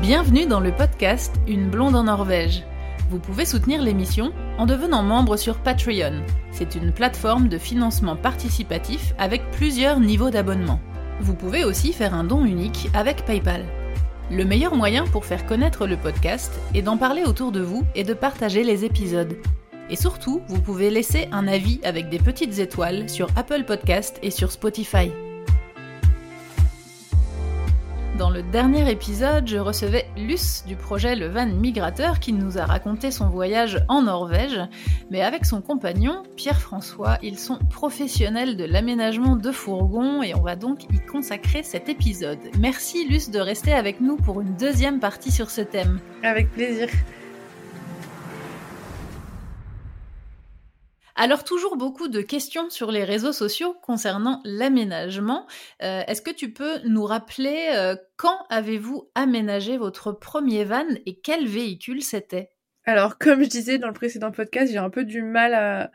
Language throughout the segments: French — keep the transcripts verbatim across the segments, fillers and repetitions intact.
Bienvenue dans le podcast Une blonde en Norvège. Vous pouvez soutenir l'émission en devenant membre sur Patreon. C'est une plateforme de financement participatif avec plusieurs niveaux d'abonnement. Vous pouvez aussi faire un don unique avec PayPal. Le meilleur moyen pour faire connaître le podcast est d'en parler autour de vous et de partager les épisodes. Et surtout, vous pouvez laisser un avis avec des petites étoiles sur Apple Podcast et sur Spotify. Dans le dernier épisode, je recevais Luce du projet Le Van Migrateur qui nous a raconté son voyage en Norvège. Mais avec son compagnon, Pierre-François, ils sont professionnels de l'aménagement de fourgons et on va donc y consacrer cet épisode. Merci Luce de rester avec nous pour une deuxième partie sur ce thème. Avec plaisir. Alors toujours beaucoup de questions sur les réseaux sociaux concernant l'aménagement. Euh, est-ce que tu peux nous rappeler euh, quand avez-vous aménagé votre premier van et quel véhicule c'était ? Alors comme je disais dans le précédent podcast, j'ai un peu du mal à,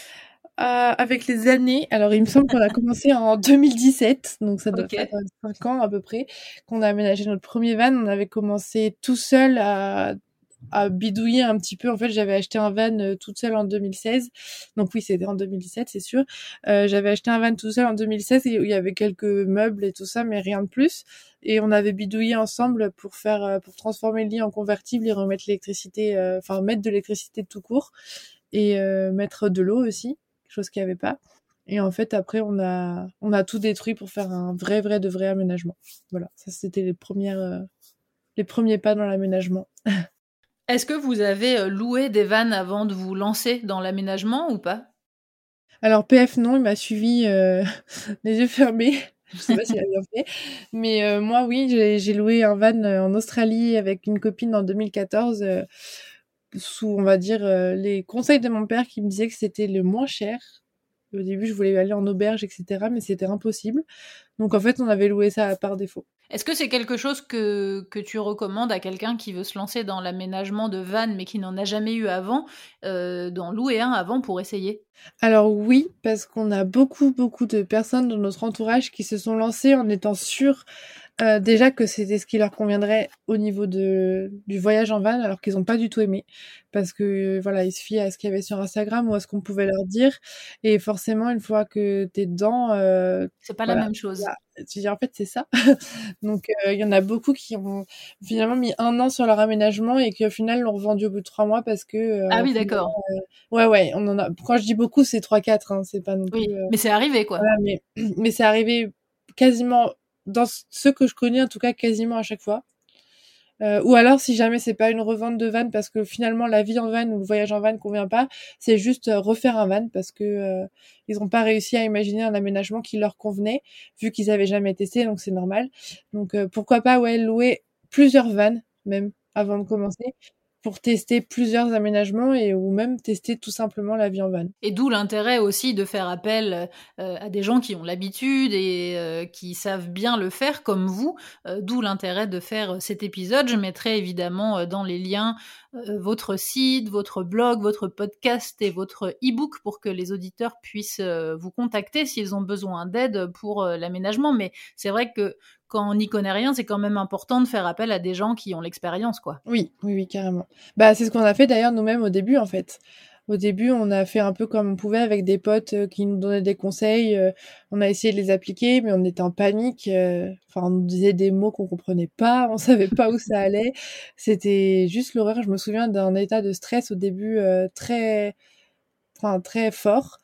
à... avec les années. Alors il me semble qu'on a commencé en deux mille dix-sept, donc ça doit Okay. faire cinq ans à peu près, qu'on a aménagé notre premier van. On avait commencé tout seul à... à bidouiller un petit peu. En fait, j'avais acheté un van euh, toute seule en deux mille seize. Donc oui, c'était en deux mille dix-sept, c'est sûr. Euh, j'avais acheté un van tout seul en deux mille seize et où il y avait quelques meubles et tout ça, mais rien de plus. Et on avait bidouillé ensemble pour faire, euh, pour transformer le lit en convertible et remettre l'électricité, euh, enfin mettre de l'électricité tout court et euh, mettre de l'eau aussi, chose qu'il n'y avait pas. Et en fait, après, on a, on a tout détruit pour faire un vrai, vrai, de vrai aménagement. Voilà, ça c'était les premières, euh, les premiers pas dans l'aménagement. Est-ce que vous avez loué des vannes avant de vous lancer dans l'aménagement ou pas ? Alors P F non, il m'a suivi euh, les yeux fermés. Je sais pas s'il a bien fait, mais euh, moi oui, j'ai, j'ai loué un van en Australie avec une copine en deux mille quatorze euh, sous, on va dire, euh, les conseils de mon père qui me disait que c'était le moins cher. Au début, je voulais aller en auberge, et cetera, mais c'était impossible. Donc en fait, on avait loué ça par défaut. Est-ce que c'est quelque chose que, que tu recommandes à quelqu'un qui veut se lancer dans l'aménagement de van mais qui n'en a jamais eu avant, euh, d'en louer un avant pour essayer ? Alors oui, parce qu'on a beaucoup, beaucoup de personnes dans notre entourage qui se sont lancées en étant sûres euh, déjà que c'était ce qui leur conviendrait au niveau de du voyage en van, alors qu'ils n'ont pas du tout aimé. Parce que voilà, ils se fiaient à ce qu'il y avait sur Instagram ou à ce qu'on pouvait leur dire. Et forcément, une fois que t'es dedans... Euh, c'est pas voilà, la même chose. là, tu dis, en fait, c'est ça. Donc, il euh, y en a beaucoup qui ont finalement mis un an sur leur aménagement et qui au final l'ont revendu au bout de trois mois parce que... Euh, ah oui, d'accord. Euh, ouais, ouais, on en a... Quand je dis beaucoup, c'est trois quatre, hein, c'est pas non plus... Oui, euh... mais c'est arrivé, quoi. Voilà, mais, mais c'est arrivé quasiment... Dans ceux que je connais, en tout cas, quasiment à chaque fois. Euh, ou alors, si jamais c'est pas une revente de van parce que finalement la vie en van ou le voyage en van convient pas, c'est juste euh, refaire un van parce que euh, ils ont pas réussi à imaginer un aménagement qui leur convenait vu qu'ils avaient jamais testé, donc c'est normal. Donc euh, pourquoi pas ouais louer plusieurs vannes même avant de commencer pour tester plusieurs aménagements et ou même tester tout simplement la vie en van. Et d'où l'intérêt aussi de faire appel euh, à des gens qui ont l'habitude et euh, qui savent bien le faire comme vous, euh, d'où l'intérêt de faire cet épisode. Je mettrai évidemment euh, dans les liens euh, votre site, votre blog, votre podcast et votre e-book pour que les auditeurs puissent euh, vous contacter s'ils ont besoin d'aide pour euh, l'aménagement. Mais c'est vrai que quand on n'y connaît rien, c'est quand même important de faire appel à des gens qui ont l'expérience, quoi. Oui, oui, oui, carrément. Bah, c'est ce qu'on a fait d'ailleurs nous-mêmes au début, en fait. Au début, on a fait un peu comme on pouvait avec des potes euh, qui nous donnaient des conseils. Euh, on a essayé de les appliquer, mais on était en panique. Euh, enfin, on nous disait des mots qu'on comprenait pas, on savait pas où ça allait. C'était juste l'horreur. Je me souviens d'un état de stress au début euh, très, enfin, très fort.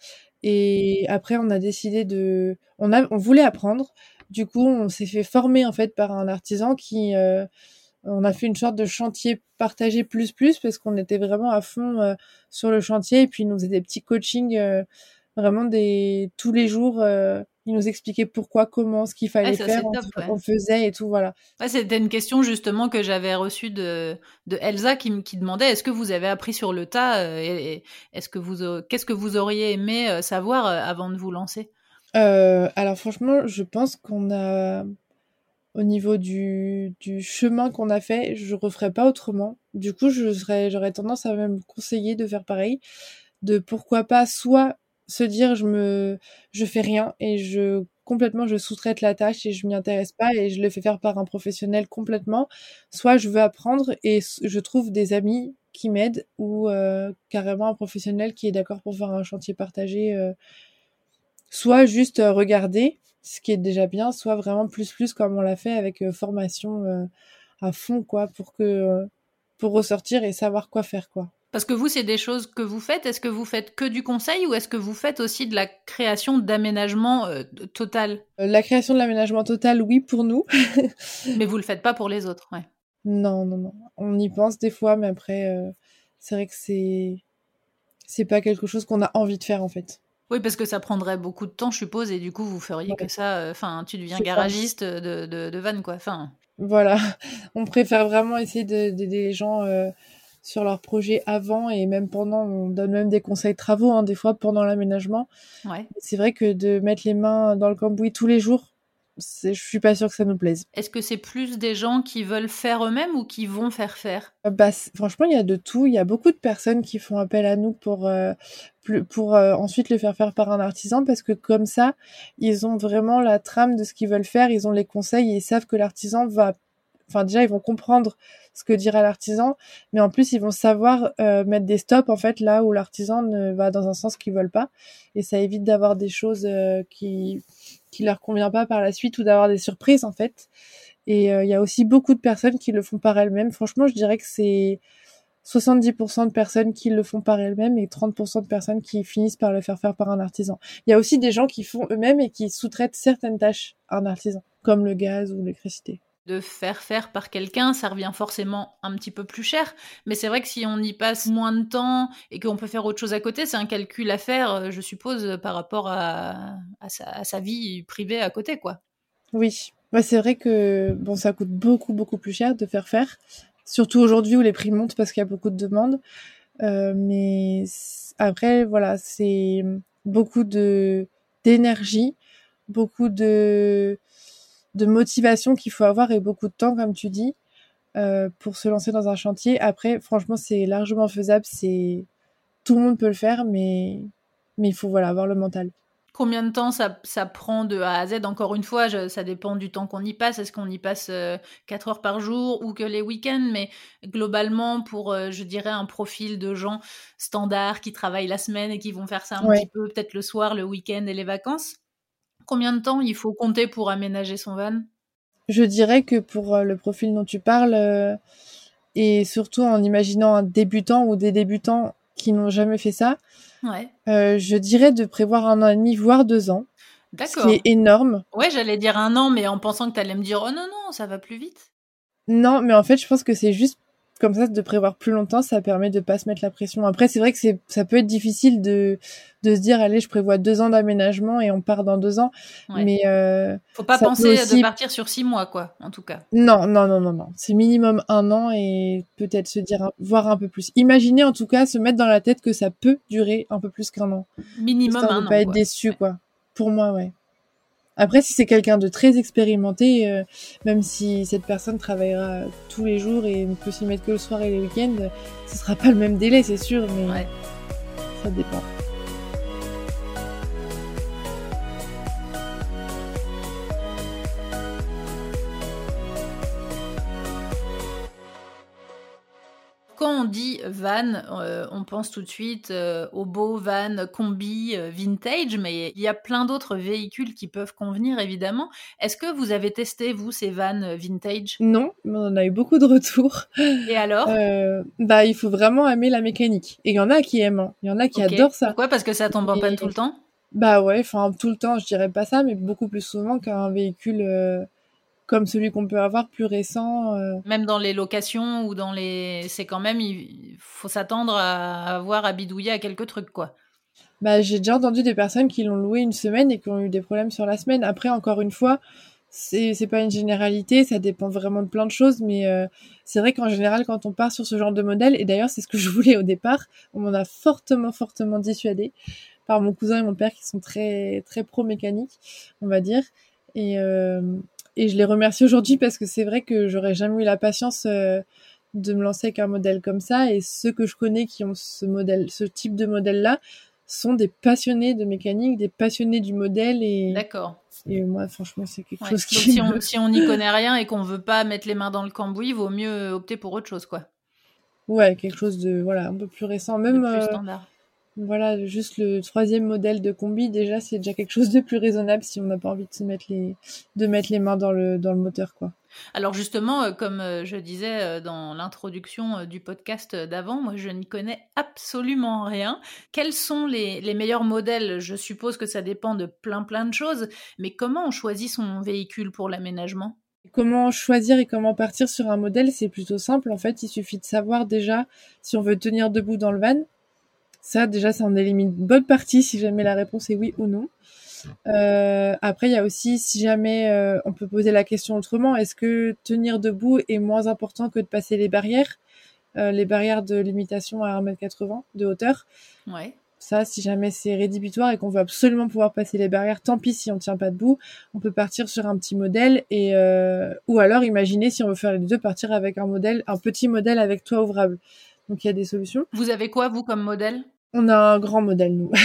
Et après, on a décidé de, on a, on voulait apprendre. Du coup, on s'est fait former en fait par un artisan qui, euh, on a fait une sorte de chantier partagé plus plus parce qu'on était vraiment à fond euh, sur le chantier et puis il nous faisait des petits coachings euh, vraiment des tous les jours. Euh, il nous expliquait pourquoi, comment, ce qu'il fallait ouais, ça, faire, top, on, ouais. on faisait et tout, voilà. Ouais, c'était une question justement que j'avais reçue de, de Elsa qui, qui demandait est-ce que vous avez appris sur le tas euh, et, et est-ce que vous, qu'est-ce que vous auriez aimé euh, savoir euh, avant de vous lancer ? Euh, alors franchement, je pense qu'on a, au niveau du, du chemin qu'on a fait, je referais pas autrement. Du coup, je serais, j'aurais tendance à même conseiller de faire pareil, de pourquoi pas soit se dire je me, je fais rien et je complètement je sous-traite la tâche et je m'y intéresse pas et je le fais faire par un professionnel complètement, soit je veux apprendre et je trouve des amis qui m'aident ou euh, carrément un professionnel qui est d'accord pour faire un chantier partagé, euh, soit juste euh, regarder, ce qui est déjà bien, soit vraiment plus plus comme on l'a fait avec euh, formation euh, à fond, quoi, pour que euh, pour ressortir et savoir quoi faire, quoi. Parce que vous, c'est des choses que vous faites. Est-ce que vous faites que du conseil ou est-ce que vous faites aussi de la création d'aménagement euh, total? Euh, la création de l'aménagement total, oui, pour nous. Mais vous le faites pas pour les autres, ouais. Non, non, non. On y pense des fois, mais après, euh, c'est vrai que c'est c'est pas quelque chose qu'on a envie de faire, en fait. Oui, parce que ça prendrait beaucoup de temps, je suppose, et du coup, vous feriez Ouais. que ça. Enfin, euh, tu deviens C'est ça. garagiste de, de, de van, quoi. Enfin. Voilà. On préfère vraiment essayer de- d'aider les gens euh, sur leurs projets avant et même pendant. On donne même des conseils travaux, hein, des fois, pendant l'aménagement. Ouais. C'est vrai que de mettre les mains dans le cambouis tous les jours, c'est, je suis pas sûre que ça nous plaise. Est-ce que c'est plus des gens qui veulent faire eux-mêmes ou qui vont faire faire? Euh, Bah, c- franchement, il y a de tout. Il y a beaucoup de personnes qui font appel à nous pour, euh, plus- pour euh, ensuite le faire faire par un artisan parce que comme ça, ils ont vraiment la trame de ce qu'ils veulent faire, ils ont les conseils et ils savent que l'artisan va... Enfin, déjà, ils vont comprendre ce que dira l'artisan, mais en plus, ils vont savoir euh, mettre des stops, en fait, là où l'artisan ne va dans un sens qu'ils veulent pas. Et ça évite d'avoir des choses euh, qui qui leur convient pas par la suite ou d'avoir des surprises, en fait. Et il euh, y a aussi beaucoup de personnes qui le font par elles-mêmes. Franchement, je dirais que c'est soixante-dix pour cent de personnes qui le font par elles-mêmes et trente pour cent de personnes qui finissent par le faire faire par un artisan. Il y a aussi des gens qui font eux-mêmes et qui sous-traitent certaines tâches à un artisan, comme le gaz ou l'électricité. De faire faire par quelqu'un, ça revient forcément un petit peu plus cher. Mais c'est vrai que si on y passe moins de temps et qu'on peut faire autre chose à côté, c'est un calcul à faire, je suppose, par rapport à, à, sa, à sa vie privée à côté, quoi. Oui, ouais, c'est vrai que bon, ça coûte beaucoup, beaucoup plus cher de faire faire. Surtout aujourd'hui où les prix montent parce qu'il y a beaucoup de demandes. Euh, mais après, voilà, c'est beaucoup de d'énergie, beaucoup de de motivation qu'il faut avoir et beaucoup de temps, comme tu dis, euh, pour se lancer dans un chantier. Après, franchement, c'est largement faisable. C'est tout le monde peut le faire, mais mais il faut voilà avoir le mental. Combien de temps ça, ça prend de A à Z? Encore une fois, je, ça dépend du temps qu'on y passe. Est-ce qu'on y passe euh, quatre heures par jour ou que les week-ends? Mais globalement, pour, euh, je dirais, un profil de gens standards qui travaillent la semaine et qui vont faire ça un Ouais. petit peu, peut-être le soir, le week-end et les vacances, combien de temps il faut compter pour aménager son van? Je dirais que pour euh, le profil dont tu parles, euh, et surtout en imaginant un débutant ou des débutants qui n'ont jamais fait ça, Ouais. euh, je dirais de prévoir un an et demi, voire deux ans, ce qui D'accord. est énorme. Ouais, j'allais dire un an, mais en pensant que tu allais me dire, oh non, non, ça va plus vite. Non, mais en fait, je pense que c'est juste comme ça de prévoir plus longtemps, ça permet de pas se mettre la pression. Après, c'est vrai que c'est, ça peut être difficile de de se dire, allez, je prévois deux ans d'aménagement et on part dans deux ans, Ouais. mais euh, Faut pas ça peut penser aussi... de partir sur six mois, quoi, en tout cas. Non, non, non, non, non. C'est minimum un an et peut-être se dire, un- voire un peu plus. Imaginez en tout cas, se mettre dans la tête que ça peut durer un peu plus qu'un an. Minimum Histoire de un pas an, être quoi. déçu, Ouais. quoi. Pour moi, ouais. Après, si c'est quelqu'un de très expérimenté, euh, même si cette personne travaillera tous les jours et ne peut s'y mettre que le soir et les week-ends, ce sera pas le même délai, c'est sûr, mais Ouais. ça dépend. Quand on dit van, euh, on pense tout de suite euh, au beau van, combi, euh, vintage, mais il y a plein d'autres véhicules qui peuvent convenir, évidemment. Est-ce que vous avez testé, vous, ces vannes vintage? Non, mais on en a eu beaucoup de retours. Et alors? Euh, bah, il faut vraiment aimer la mécanique. Et il y en a qui aiment, hein. Il y en a qui Ok. adorent ça. Pourquoi? Parce que ça tombe en panne Mais tout le temps? bah ouais, enfin tout le temps, je dirais pas ça, mais beaucoup plus souvent qu'un véhicule euh, comme celui qu'on peut avoir plus récent. euh. Même dans les locations ou dans les... C'est quand même... Il faut s'attendre à avoir à bidouiller à quelques trucs, quoi. Bah, j'ai déjà entendu des personnes qui l'ont loué une semaine et qui ont eu des problèmes sur la semaine. Après, encore une fois, c'est c'est pas une généralité, ça dépend vraiment de plein de choses, mais euh, c'est vrai qu'en général, quand on part sur ce genre de modèle, et d'ailleurs c'est ce que je voulais au départ, on m'en a fortement, fortement dissuadé par mon cousin et mon père qui sont très, très pro mécanique, on va dire, et euh, et je les remercie aujourd'hui parce que c'est vrai que j'aurais jamais eu la patience euh, de me lancer avec un modèle comme ça, et ceux que je connais qui ont ce modèle, ce type de modèle-là, sont des passionnés de mécanique, des passionnés du modèle et. D'accord. Et moi, franchement, c'est quelque ouais. chose qui. Donc, si on si on n'y connaît rien et qu'on veut pas mettre les mains dans le cambouis, il vaut mieux opter pour autre chose, quoi. Ouais, quelque chose de voilà un peu plus récent, même. De plus euh, standard. Voilà, juste le troisième modèle de combi, déjà, c'est déjà quelque chose de plus raisonnable si on n'a pas envie de se mettre les, de mettre les mains dans le, dans le moteur, quoi. Alors justement, euh, comme euh, je disais euh, dans l'introduction euh, du podcast d'avant, moi je n'y connais absolument rien. Quels sont les, les meilleurs modèles? Je suppose que ça dépend de plein plein de choses, mais comment on choisit son véhicule pour l'aménagement? Comment choisir et comment partir sur un modèle, c'est plutôt simple. En fait, il suffit de savoir déjà si on veut tenir debout dans le van. Ça, déjà, ça en élimine une bonne partie si jamais la réponse est oui ou non. Euh, après, il y a aussi, si jamais euh, on peut poser la question autrement, est-ce que tenir debout est moins important que de passer les barrières, euh, les barrières de limitation à un mètre quatre-vingts de hauteur? Ouais. Ça, si jamais c'est rédhibitoire et qu'on veut absolument pouvoir passer les barrières, tant pis si on tient pas debout, on peut partir sur un petit modèle et euh, ou alors imaginer si on veut faire les deux, partir avec un modèle, un petit modèle avec toit ouvrable. Donc il y a des solutions. Vous avez quoi vous comme modèle? On a un grand modèle nous.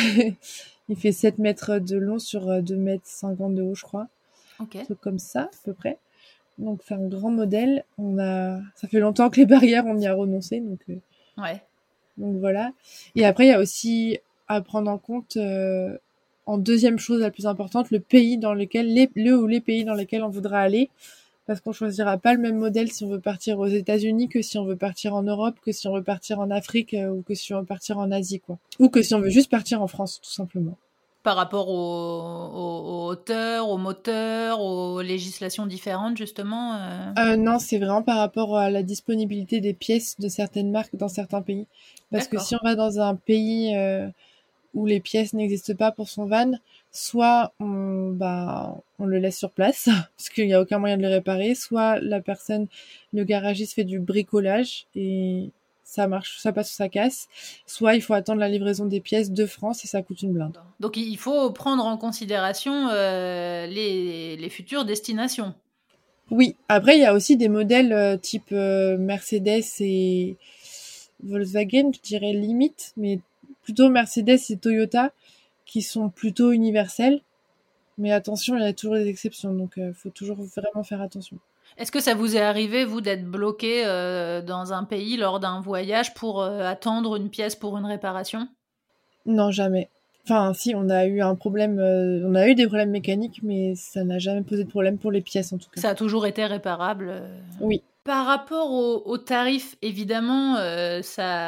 Il fait sept mètres de long sur deux mètres cinquante de haut, je crois. Ok. Un truc comme ça, à peu près. Donc c'est un grand modèle. On a, ça fait longtemps que les barrières, on y a renoncé, donc. Euh... Ouais. Donc voilà. Et après, il y a aussi à prendre en compte, euh, en deuxième chose la plus importante, le pays dans lequel, les, le ou les pays dans lesquels on voudra aller. Parce qu'on choisira pas le même modèle si on veut partir aux États-Unis que si on veut partir en Europe, que si on veut partir en Afrique euh, ou que si on veut partir en Asie, quoi. Ou que si on veut juste partir en France, tout simplement. Par rapport aux, aux, aux hauteurs, aux moteurs, aux législations différentes, justement euh... Euh, non, c'est vraiment par rapport à la disponibilité des pièces de certaines marques dans certains pays. Parce D'accord. que si on va dans un pays euh, où les pièces n'existent pas pour son van, soit on, bah, on le laisse sur place, parce qu'il n'y a aucun moyen de le réparer, soit la personne, le garagiste fait du bricolage et ça marche, ça passe ou ça casse, soit il faut attendre la livraison des pièces de France et ça coûte une blinde. Donc il faut prendre en considération euh, les, les futures destinations. Oui, après il y a aussi des modèles euh, type euh, Mercedes et Volkswagen, je dirais limite, mais plutôt Mercedes et Toyota qui sont plutôt universels. Mais attention, il y a toujours des exceptions, donc il euh, faut toujours vraiment faire attention. Est-ce que ça vous est arrivé, vous, d'être bloqué euh, dans un pays lors d'un voyage pour euh, attendre une pièce pour une réparation? Non, jamais. Enfin, si, on a eu un problème, euh, on a eu des problèmes mécaniques, mais ça n'a jamais posé de problème pour les pièces, en tout cas. Ça a toujours été réparable? euh... Oui. Par rapport aux au tarifs, évidemment, euh,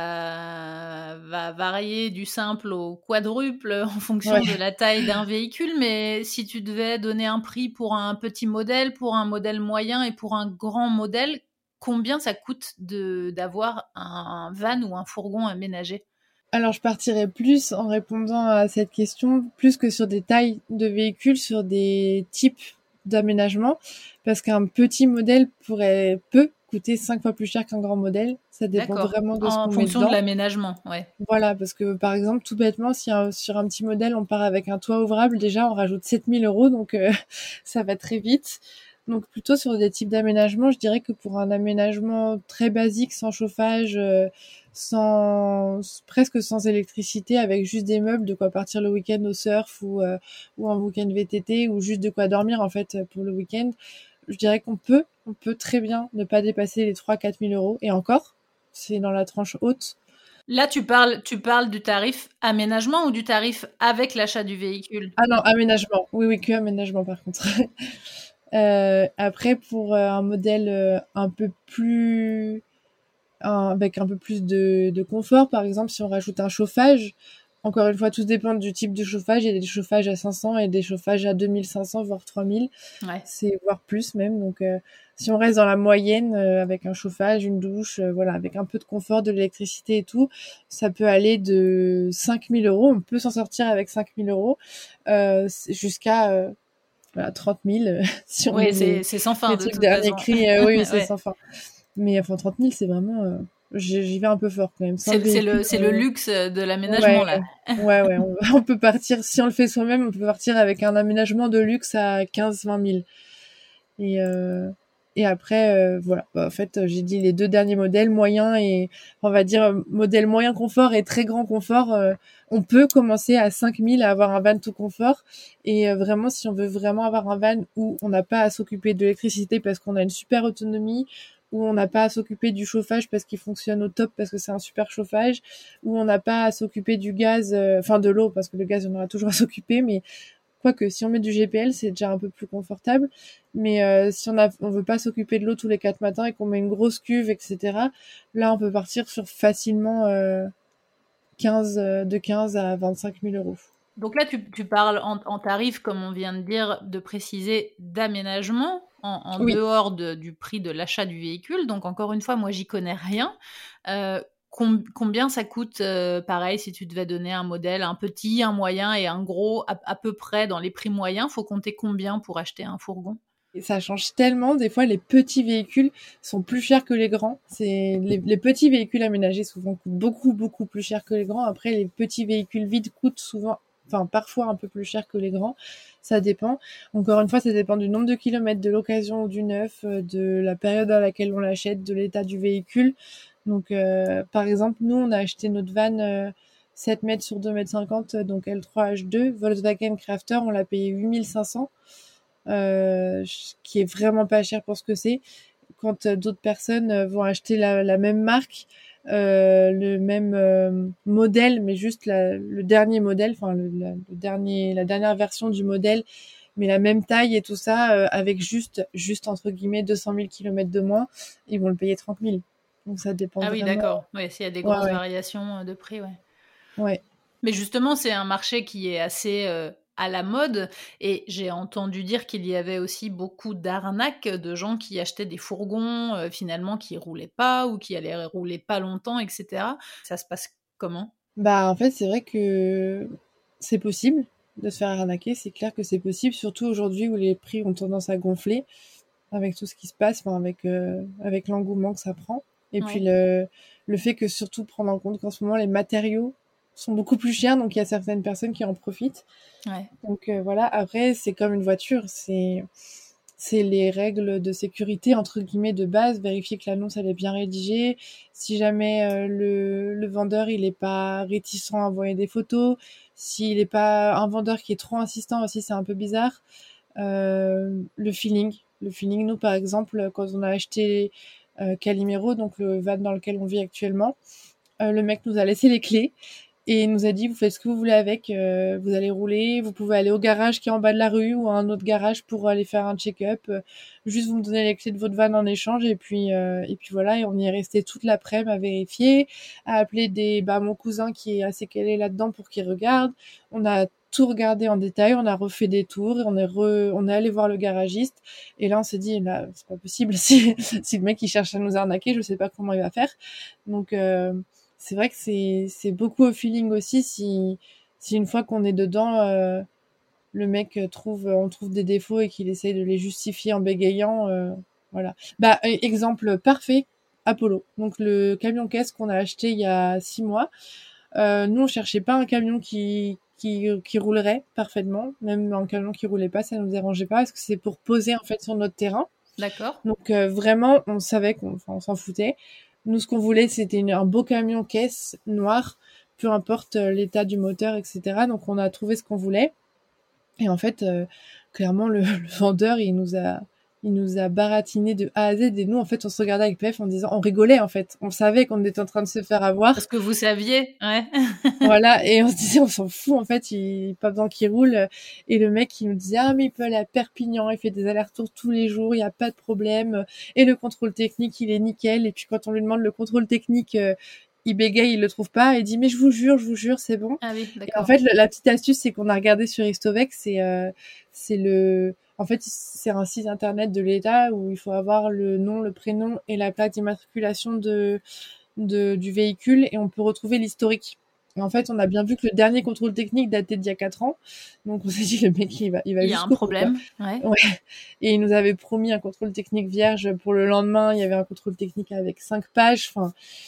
ça va varier du simple au quadruple en fonction ouais. de la taille d'un véhicule, mais si tu devais donner un prix pour un petit modèle, pour un modèle moyen et pour un grand modèle, combien ça coûte de, d'avoir un van ou un fourgon aménagé? Alors, je partirais plus en répondant à cette question, plus que sur des tailles de véhicules, sur des types d'aménagement, parce qu'un petit modèle pourrait peut coûter cinq fois plus cher qu'un grand modèle. Ça dépend D'accord. vraiment de en ce qu'on met dedans. En fonction de l'aménagement, ouais. Voilà, parce que par exemple, tout bêtement, si un, sur un petit modèle, on part avec un toit ouvrable, déjà, on rajoute sept mille euros, donc euh, ça va très vite. Donc plutôt sur des types d'aménagement, je dirais que pour un aménagement très basique, sans chauffage, euh, sans presque sans électricité, avec juste des meubles, de quoi partir le week-end au surf ou euh, ou un week-end V T T ou juste de quoi dormir en fait pour le week-end, je dirais qu'on peut on peut très bien ne pas dépasser les trois à quatre mille euros et encore, c'est dans la tranche haute. Là, tu parles, tu parles du tarif aménagement ou du tarif avec l'achat du véhicule? Ah non, aménagement. Oui, oui, que aménagement par contre. Euh, après, pour euh, un modèle euh, un peu plus, un, avec un peu plus de, de confort, par exemple, si on rajoute un chauffage, encore une fois, tout dépend du type de chauffage. Il y a des chauffages à cinq cents et des chauffages à deux mille cinq cents, voire trois mille. Ouais. C'est voire plus même. Donc, euh, si on reste dans la moyenne, euh, avec un chauffage, une douche, euh, voilà, avec un peu de confort, de l'électricité et tout, ça peut aller de cinq mille euros. On peut s'en sortir avec cinq mille euros, euh, jusqu'à, euh, voilà, trente mille, si on oui, c'est, c'est sans fin, les de trucs toute dernier façon. cri, euh, oui, c'est ouais. sans fin. Mais enfin, trente mille, c'est vraiment, euh, j'y vais un peu fort quand même. C'est, le c'est, le, c'est euh... le luxe de l'aménagement, ouais, là. ouais, ouais, on, on peut partir, si on le fait soi-même, on peut partir avec un aménagement de luxe à quinze à vingt mille. Et, euh, Et après, euh, voilà. Bah, en fait, j'ai dit les deux derniers modèles, moyen et, on va dire, modèle moyen confort et très grand confort. Euh, on peut commencer à cinq mille à avoir un van tout confort. Et euh, vraiment, si on veut vraiment avoir un van où on n'a pas à s'occuper de l'électricité parce qu'on a une super autonomie, où on n'a pas à s'occuper du chauffage parce qu'il fonctionne au top parce que c'est un super chauffage, où on n'a pas à s'occuper du gaz, enfin euh, de l'eau parce que le gaz on aura toujours à s'occuper, mais quoique si on met du G P L c'est déjà un peu plus confortable, mais euh, si on a, on veut pas s'occuper de l'eau tous les quatre matins et qu'on met une grosse cuve, et cetera. Là on peut partir sur facilement euh, quinze, de quinze à vingt-cinq mille euros. Donc là, tu, tu parles en, en tarif, comme on vient de dire, de préciser, d'aménagement en, en oui. dehors de, du prix de l'achat du véhicule. Donc encore une fois, moi, j'y connais rien. Euh, com- combien ça coûte, euh, pareil, si tu devais donner un modèle, un petit, un moyen et un gros, à, à peu près dans les prix moyens, faut compter combien pour acheter un fourgon ? Et ça change tellement. Des fois, les petits véhicules sont plus chers que les grands. C'est les, les petits véhicules aménagés souvent coûtent beaucoup, beaucoup plus cher que les grands. Après, les petits véhicules vides coûtent souvent enfin parfois un peu plus cher que les grands, ça dépend. Encore une fois, ça dépend du nombre de kilomètres, de l'occasion ou du neuf, de la période à laquelle on l'achète, de l'état du véhicule. Donc, euh, par exemple, nous, on a acheté notre van euh, sept mètres sur deux mètres cinquante, donc L trois H deux, Volkswagen Crafter, on l'a payé huit mille cinq cents, euh, qui est vraiment pas cher pour ce que c'est. Quand euh, d'autres personnes euh, vont acheter la, la même marque, Euh, le même euh, modèle, mais juste la, le dernier modèle, enfin le, la, le dernier, la dernière version du modèle, mais la même taille et tout ça, euh, avec juste, juste entre guillemets deux cent mille kilomètres de moins, ils vont le payer trente mille. Donc ça dépend. Ah oui, vraiment. d'accord. Ouais, s'il y a des grosses ouais, ouais. variations de prix, ouais. Ouais. Mais justement, c'est un marché qui est assez euh, à la mode, et j'ai entendu dire qu'il y avait aussi beaucoup d'arnaques de gens qui achetaient des fourgons euh, finalement qui roulaient pas ou qui allaient rouler pas longtemps, et cetera. Ça se passe comment ? Bah en fait, c'est vrai que c'est possible de se faire arnaquer, c'est clair que c'est possible, surtout aujourd'hui où les prix ont tendance à gonfler avec tout ce qui se passe, enfin avec euh, avec l'engouement que ça prend, et ouais. puis le le fait que surtout prendre en compte qu'en ce moment les matériaux sont beaucoup plus chers, donc il y a certaines personnes qui en profitent. Ouais. Donc euh, voilà, après c'est comme une voiture, c'est c'est les règles de sécurité entre guillemets de base, vérifier que l'annonce elle est bien rédigée, si jamais euh, le le vendeur il est pas réticent à envoyer des photos, s'il est pas un vendeur qui est trop insistant aussi, c'est un peu bizarre. Euh, le feeling, le feeling, nous par exemple quand on a acheté euh, Calimero, donc le van dans lequel on vit actuellement, euh, le mec nous a laissé les clés et il nous a dit vous faites ce que vous voulez avec, euh, vous allez rouler, vous pouvez aller au garage qui est en bas de la rue ou à un autre garage pour aller faire un check-up, euh, juste vous me donnez les clés de votre van en échange, et puis euh, et puis voilà, et on y est resté toute l'après-midi à vérifier, à appeler des bah mon cousin qui est assez calé là-dedans pour qu'il regarde. On a tout regardé en détail, on a refait des tours et on est re, on est allé voir le garagiste, et là on s'est dit là c'est pas possible, si si le mec il cherche à nous arnaquer, je sais pas comment il va faire. Donc euh, c'est vrai que c'est c'est beaucoup au feeling aussi, si si une fois qu'on est dedans euh, le mec trouve on trouve des défauts et qu'il essaye de les justifier en bégayant, euh, voilà. Bah exemple parfait, Apollo, donc le camion caisse qu'on a acheté il y a six mois. Euh, nous on cherchait pas un camion qui qui qui roulerait parfaitement, même un camion qui roulait pas ça nous dérangeait pas parce que c'est pour poser en fait sur notre terrain. D'accord. Donc euh, vraiment on savait qu'on enfin, on s'en foutait. Nous ce qu'on voulait c'était une, un beau camion caisse noir, peu importe euh, l'état du moteur, et cetera. Donc on a trouvé ce qu'on voulait, et en fait euh, clairement le, le vendeur il nous a il nous a baratiné de A à Z, et nous en fait on se regardait avec P F en disant, on rigolait en fait, on savait qu'on était en train de se faire avoir. Parce que vous saviez, ouais. Voilà, et on se disait on s'en fout en fait, il pas besoin qu'il roule, et le mec il nous disait ah mais il peut aller à Perpignan, il fait des allers-retours tous les jours, il y a pas de problème, et le contrôle technique il est nickel, et puis quand on lui demande le contrôle technique, euh, il bégaye, il le trouve pas, et il dit mais je vous jure, je vous jure, c'est bon. Ah oui, d'accord. Et en fait, la, la petite astuce, c'est qu'on a regardé sur Histovex, c'est euh, c'est le, en fait, c'est un site internet de l'État où il faut avoir le nom, le prénom et la plaque d'immatriculation de, de du véhicule, et on peut retrouver l'historique. Et en fait, on a bien vu que le dernier contrôle technique datait d'il y a quatre ans, donc on s'est dit le mec il va, il va. Il y a un problème, ouais. Ouais. Et il nous avait promis un contrôle technique vierge pour le lendemain. Il y avait un contrôle technique avec cinq pages. Enfin.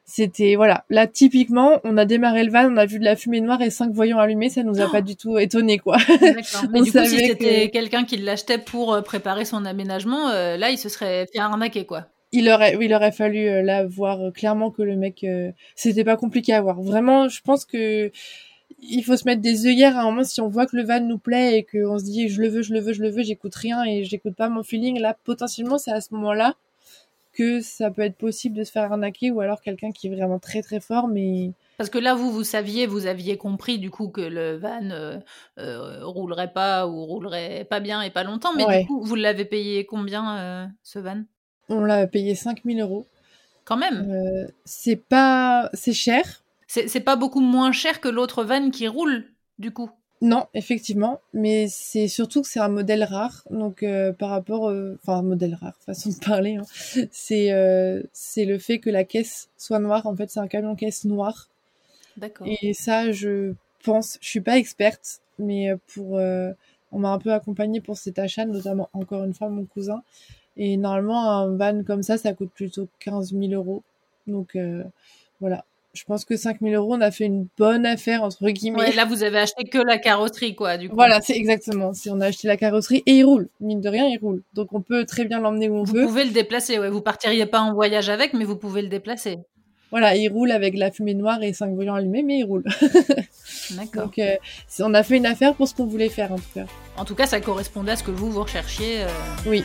C'était, voilà. Là, typiquement, on a démarré le van, on a vu de la fumée noire et cinq voyants allumés, ça nous a oh pas du tout étonné, quoi. D'accord. Mais on du coup, si savait c'était que... quelqu'un qui l'achetait pour préparer son aménagement, euh, là, il se serait fait arnaquer, quoi. Il aurait, il aurait fallu, euh, là, voir euh, clairement que le mec, euh, c'était pas compliqué à voir. Vraiment, je pense que il faut se mettre des œillères à un moment si on voit que le van nous plaît et qu'on se dit je le veux, je le veux, je le veux, j'écoute rien et j'écoute pas mon feeling. Là, potentiellement, c'est à ce moment-là que ça peut être possible de se faire arnaquer ou alors quelqu'un qui est vraiment très très fort, mais... Parce que là, vous, vous saviez, vous aviez compris du coup que le van euh, euh, roulerait pas ou roulerait pas bien et pas longtemps, mais ouais. du coup, vous l'avez payé combien, euh, ce van? On l'a payé cinq mille euros. Quand même. Euh, c'est pas... C'est cher. C'est, c'est pas beaucoup moins cher que l'autre van qui roule, du coup. Non, effectivement, mais c'est surtout que c'est un modèle rare, donc euh, par rapport, euh... enfin un modèle rare, façon de parler, hein. c'est euh, c'est le fait que la caisse soit noire. En fait, c'est un camion caisse noir. D'accord. Et ça, je pense, je suis pas experte, mais pour, euh, on m'a un peu accompagnée pour cet achat, notamment encore une fois mon cousin. Et normalement, un van comme ça, ça coûte plutôt quinze mille euros. Donc euh, voilà. Je pense que cinq mille euros, on a fait une bonne affaire, entre guillemets. Ouais, là, vous avez acheté que la carrosserie, quoi, du coup. Voilà, c'est exactement. Si on a acheté la carrosserie et il roule. Mine de rien, il roule. Donc, on peut très bien l'emmener où on vous veut. Vous pouvez le déplacer, ouais. Vous partiriez pas en voyage avec, mais vous pouvez le déplacer. Voilà, il roule avec la fumée noire et cinq voyants allumés, mais il roule. D'accord. Donc, euh, on a fait une affaire pour ce qu'on voulait faire, en tout cas. En tout cas, ça correspondait à ce que vous, vous recherchiez. Euh... Oui.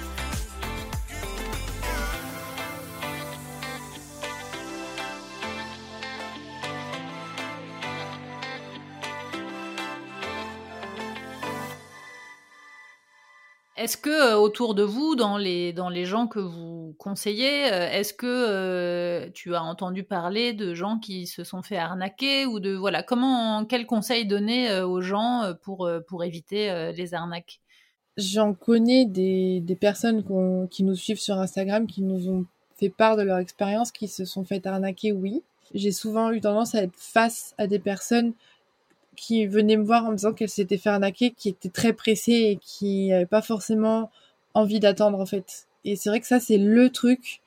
Est-ce que euh, autour de vous, dans les, dans les gens que vous conseillez, euh, est-ce que euh, tu as entendu parler de gens qui se sont fait arnaquer ou de voilà comment quel conseil donner euh, aux gens euh, pour euh, pour éviter euh, les arnaques? J'en connais des, des personnes qu'on, qui nous suivent sur Instagram, qui nous ont fait part de leur expérience, qui se sont fait arnaquer, oui. J'ai souvent eu tendance à être face à des personnes qui venaient me voir en me disant qu'elles s'étaient fait arnaquer, qui étaient très pressées et qui n'avaient pas forcément envie d'attendre, en fait. Et c'est vrai que ça, c'est le truc.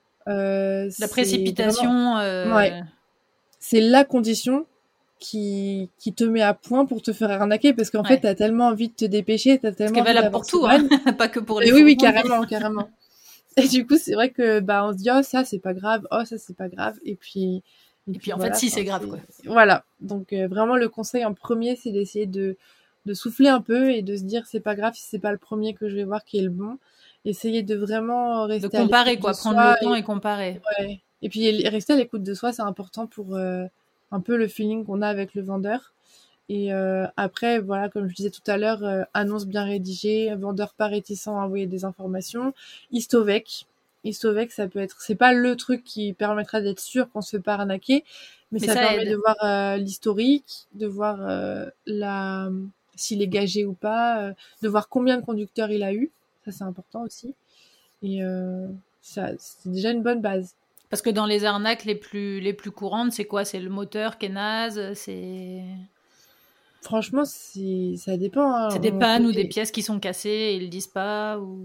Euh, La précipitation. Vraiment... Euh... Ouais. C'est la condition qui, qui te met à point pour te faire arnaquer, parce qu'en ouais. fait, t'as tellement envie de te dépêcher, t'as tellement envie d'avoir pour tout, hein, pas que pour les. Et oui, oui, carrément, carrément. Et du coup, c'est vrai que bah on se dit oh ça c'est pas grave, oh ça c'est pas grave, et puis. Et, et puis, puis en voilà, fait, si c'est grave, quoi. Voilà. Donc, euh, vraiment, le conseil en premier, c'est d'essayer de, de souffler un peu et de se dire, c'est pas grave si c'est pas le premier que je vais voir qui est le bon. Essayer de vraiment rester. De comparer, à quoi. De prendre le temps et, et comparer. Ouais. Et puis, rester à l'écoute de soi, c'est important pour euh, un peu le feeling qu'on a avec le vendeur. Et euh, après, voilà, comme je disais tout à l'heure, euh, annonce bien rédigée, vendeur pas réticent à envoyer des informations, Istovec. Istovec, ça peut être, c'est pas le truc qui permettra d'être sûr qu'on se fait pas arnaquer, mais, mais ça, ça permet aide. de voir euh, l'historique, de voir euh, la, s'il est gagé ou pas, euh, de voir combien de conducteurs il a eu, ça c'est important aussi. Et euh, ça, c'est déjà une bonne base. Parce que dans les arnaques les plus les plus courantes, c'est quoi? C'est le moteur qui est naze, c'est. Franchement, c'est ça dépend. Hein. C'est des pannes ou des pièces qui sont cassées et ils le disent pas ou.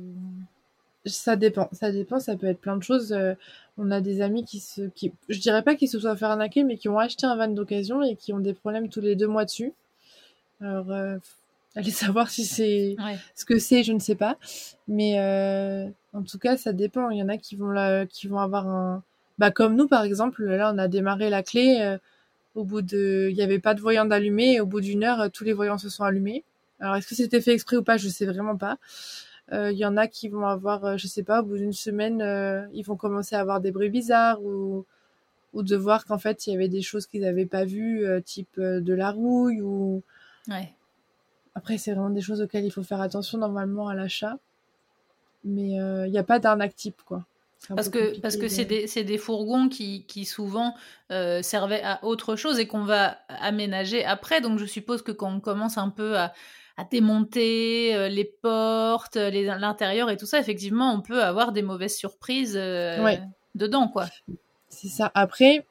Ça dépend, ça dépend, ça peut être plein de choses. Euh, on a des amis qui se, qui, je dirais pas qu'ils se soient fait arnaquer, mais qui ont acheté un van d'occasion et qui ont des problèmes tous les deux mois dessus. Alors, euh, allez savoir si c'est ouais. ce que c'est, je ne sais pas. Mais euh, en tout cas, ça dépend. Il y en a qui vont là, qui vont avoir un, bah comme nous par exemple. Là, on a démarré la clé. Euh, au bout de, il y avait pas de voyants d'allumés. Et au bout d'une heure, tous les voyants se sont allumés. Alors, est-ce que c'était fait exprès ou pas? Je sais vraiment pas. Il euh, y en a qui vont avoir, euh, je sais pas, au bout d'une semaine, euh, ils vont commencer à avoir des bruits bizarres ou, ou de voir qu'en fait, il y avait des choses qu'ils n'avaient pas vues, euh, type euh, de la rouille ou... Ouais. Après, c'est vraiment des choses auxquelles il faut faire attention normalement à l'achat. Mais il euh, n'y a pas d'arnaque type, quoi. Parce que, parce que de... c'est, des, c'est des fourgons qui, qui souvent euh, servaient à autre chose et qu'on va aménager après. Donc, je suppose que quand on commence un peu à... à démonter euh, les portes, les, l'intérieur et tout ça, effectivement, on peut avoir des mauvaises surprises euh, ouais. dedans, quoi. C'est ça. Après,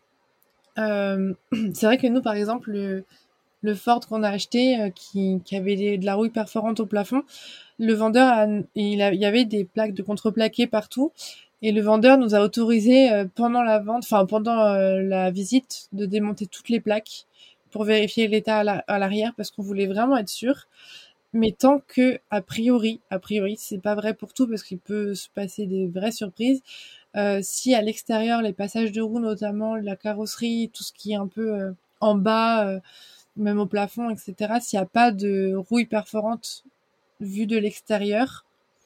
euh, c'est vrai que nous, par exemple, le, le Ford qu'on a acheté, euh, qui, qui avait des, de la rouille perforante au plafond, le vendeur, a, il, a, il y avait des plaques de contreplaqué partout, Et le vendeur nous a autorisé euh, pendant la vente, enfin pendant euh, la visite, de démonter toutes les plaques pour vérifier l'état à, la- à l'arrière parce qu'on voulait vraiment être sûr. Mais tant que, a priori, a priori, c'est pas vrai pour tout parce qu'il peut se passer des vraies surprises. Euh, si à l'extérieur, les passages de roues, notamment la carrosserie, tout ce qui est un peu euh, en bas, euh, même au plafond, et cetera, s'il n'y a pas de rouille perforante vue de l'extérieur,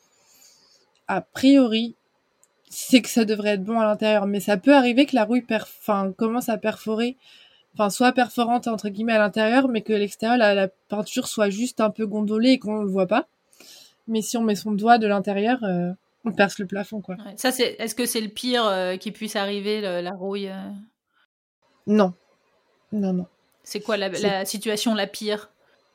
a priori, c'est que ça devrait être bon à l'intérieur. Mais ça peut arriver que la rouille perf- enfin, commence à perforer, enfin, soit perforante entre guillemets à l'intérieur, mais que l'extérieur, la, la peinture soit juste un peu gondolée et qu'on le voit pas. Mais si on met son doigt de l'intérieur, euh, on perce le plafond, quoi. Ouais. Ça, c'est. Est-ce que c'est le pire euh, qui puisse arriver, le- la rouille euh Non, non, non. C'est quoi la, C'est la situation la pire?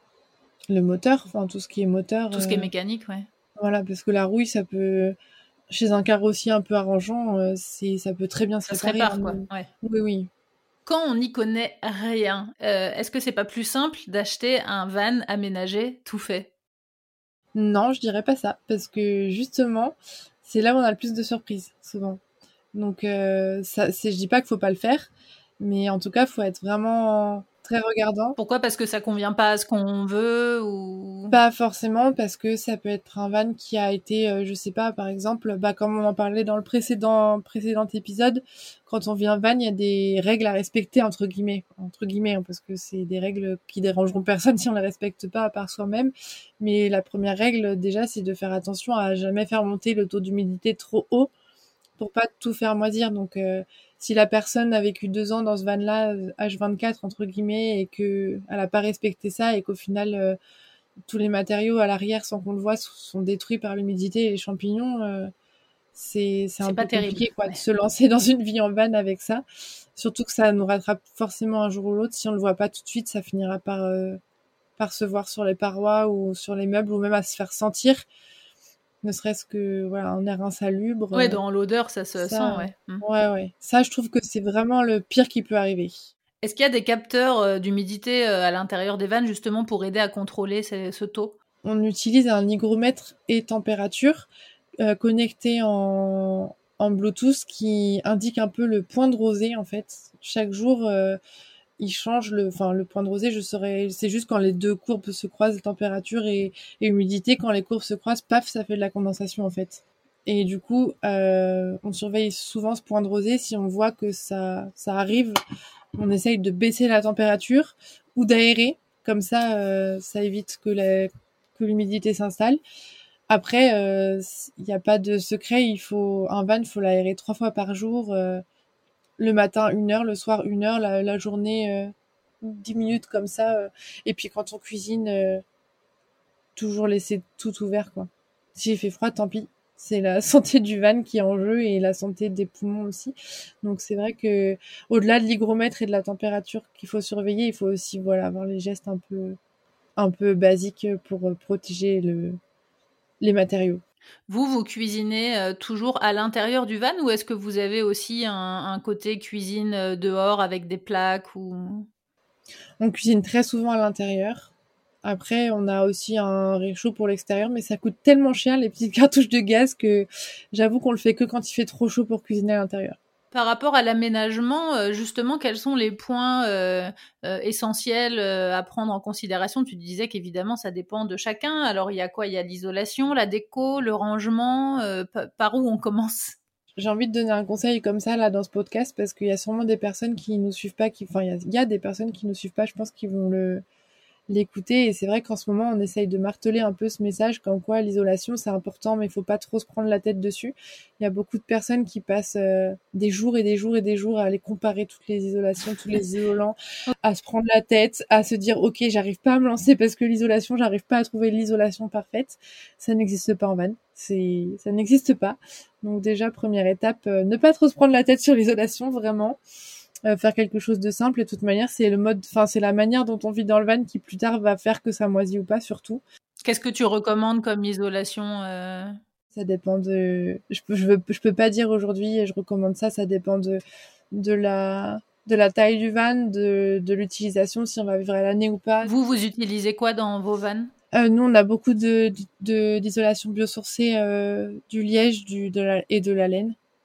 le moteur, enfin tout ce qui est moteur. Tout ce qui est euh, mécanique, ouais. Voilà, parce que la rouille, ça peut, chez un carrossier un peu arrangeant, euh, c'est, ça peut très bien se Ça se réparer. répare, Hein. quoi. Ouais. Oui, oui. Quand on n'y connaît rien, euh, est-ce que c'est pas plus simple d'acheter un van aménagé tout fait? Non, je dirais pas ça, parce que justement, c'est là où on a le plus de surprises, souvent. Donc, euh, ça, c'est, je dis pas qu'il faut pas le faire, mais en tout cas, faut être vraiment très regardant. Pourquoi? Parce que ça convient pas à ce qu'on veut ou... Pas forcément, parce que ça peut être un van qui a été, euh, je sais pas, par exemple, bah, comme on en parlait dans le précédent, précédent épisode, quand on vient van, il y a des règles à respecter, entre guillemets, entre guillemets, hein, parce que c'est des règles qui dérangeront personne si on les respecte pas à part soi-même. Mais la première règle, déjà, c'est de faire attention à jamais faire monter le taux d'humidité trop haut pour pas tout faire moisir. Donc, euh, si la personne a vécu deux ans dans ce van-là, H vingt-quatre, entre guillemets, et que elle a pas respecté ça et qu'au final, euh, tous les matériaux à l'arrière, sans qu'on le voit, sont détruits par l'humidité et les champignons, euh, c'est, c'est un C'est pas peu terrible. compliqué, quoi, Ouais. de se lancer dans une vie en van avec ça. Surtout que ça nous rattrape forcément un jour ou l'autre. Si on le voit pas tout de suite, ça finira par, euh, par se voir sur les parois ou sur les meubles ou même à se faire sentir. Ne serait-ce que, voilà, un air insalubre. Ouais, euh, dans l'odeur, ça se sent, ça, ouais. Mm. ouais, ouais. Ça, je trouve que c'est vraiment le pire qui peut arriver. Est-ce qu'il y a des capteurs euh, d'humidité euh, à l'intérieur des vannes justement pour aider à contrôler ce, ce taux? On utilise un hygromètre et température euh, connecté en, en Bluetooth qui indique un peu le point de rosée en fait. Chaque jour, euh, il change le, enfin le point de rosée. Je saurais, c'est juste quand les deux courbes se croisent, température et, et humidité. Quand les courbes se croisent, paf, ça fait de la condensation en fait. Et du coup, euh, on surveille souvent ce point de rosée. Si on voit que ça, ça arrive, on essaye de baisser la température ou d'aérer. Comme ça, euh, ça évite que la, que l'humidité s'installe. Après, il euh, n'y a pas de secret. Il faut un van, il faut l'aérer trois fois par jour. Euh, le matin une heure, le soir une heure, la, la journée euh, dix minutes comme ça. Euh, et puis quand on cuisine, euh, toujours laisser tout ouvert, quoi. S'il fait froid, tant pis. C'est la santé du van qui est en jeu et la santé des poumons aussi. Donc c'est vrai que au-delà de l'hygromètre et de la température qu'il faut surveiller, il faut aussi voilà avoir les gestes un peu un peu basiques pour protéger le les matériaux. Vous, vous cuisinez euh, toujours à l'intérieur du van ou est-ce que vous avez aussi un, un côté cuisine euh, dehors avec des plaques ou... On cuisine très souvent à l'intérieur. Après, on a aussi un réchaud pour l'extérieur, mais ça coûte tellement cher les petites cartouches de gaz que j'avoue qu'on le fait que quand il fait trop chaud pour cuisiner à l'intérieur. Par rapport à l'aménagement, euh, justement, quels sont les points euh, euh, essentiels euh, à prendre en considération? Tu disais qu'évidemment, ça dépend de chacun. Alors, il y a quoi? Il y a l'isolation, la déco, le rangement. Euh, pa- par où on commence? J'ai envie de donner un conseil comme ça là dans ce podcast parce qu'il y a sûrement des personnes qui nous suivent pas, qui, enfin il y a, il y a des personnes qui nous suivent pas, je pense, qui vont le l'écouter. Et c'est vrai qu'en ce moment, on essaye de marteler un peu ce message comme quoi l'isolation, c'est important, mais il faut pas trop se prendre la tête dessus. Il y a beaucoup de personnes qui passent euh, des jours et des jours et des jours à aller comparer toutes les isolations, tous les isolants, à se prendre la tête, à se dire, OK, j'arrive pas à me lancer parce que l'isolation, j'arrive pas à trouver l'isolation parfaite. Ça n'existe pas en van. C'est, ça n'existe pas. Donc déjà, première étape, euh, ne pas trop se prendre la tête sur l'isolation, vraiment. Euh, faire quelque chose de simple et de toute manière c'est le mode enfin c'est la manière dont on vit dans le van qui plus tard va faire que ça moisit ou pas surtout. Qu'est-ce que tu recommandes comme isolation euh... Ça dépend de je peux je veux je peux pas dire aujourd'hui et je recommande ça ça dépend de de la de la taille du van, de de l'utilisation, si on va vivre à l'année ou pas. Vous vous utilisez quoi dans vos vannes? Euh, nous on a beaucoup de de d'isolation biosourcée, euh, du liège, du de la et de la laine.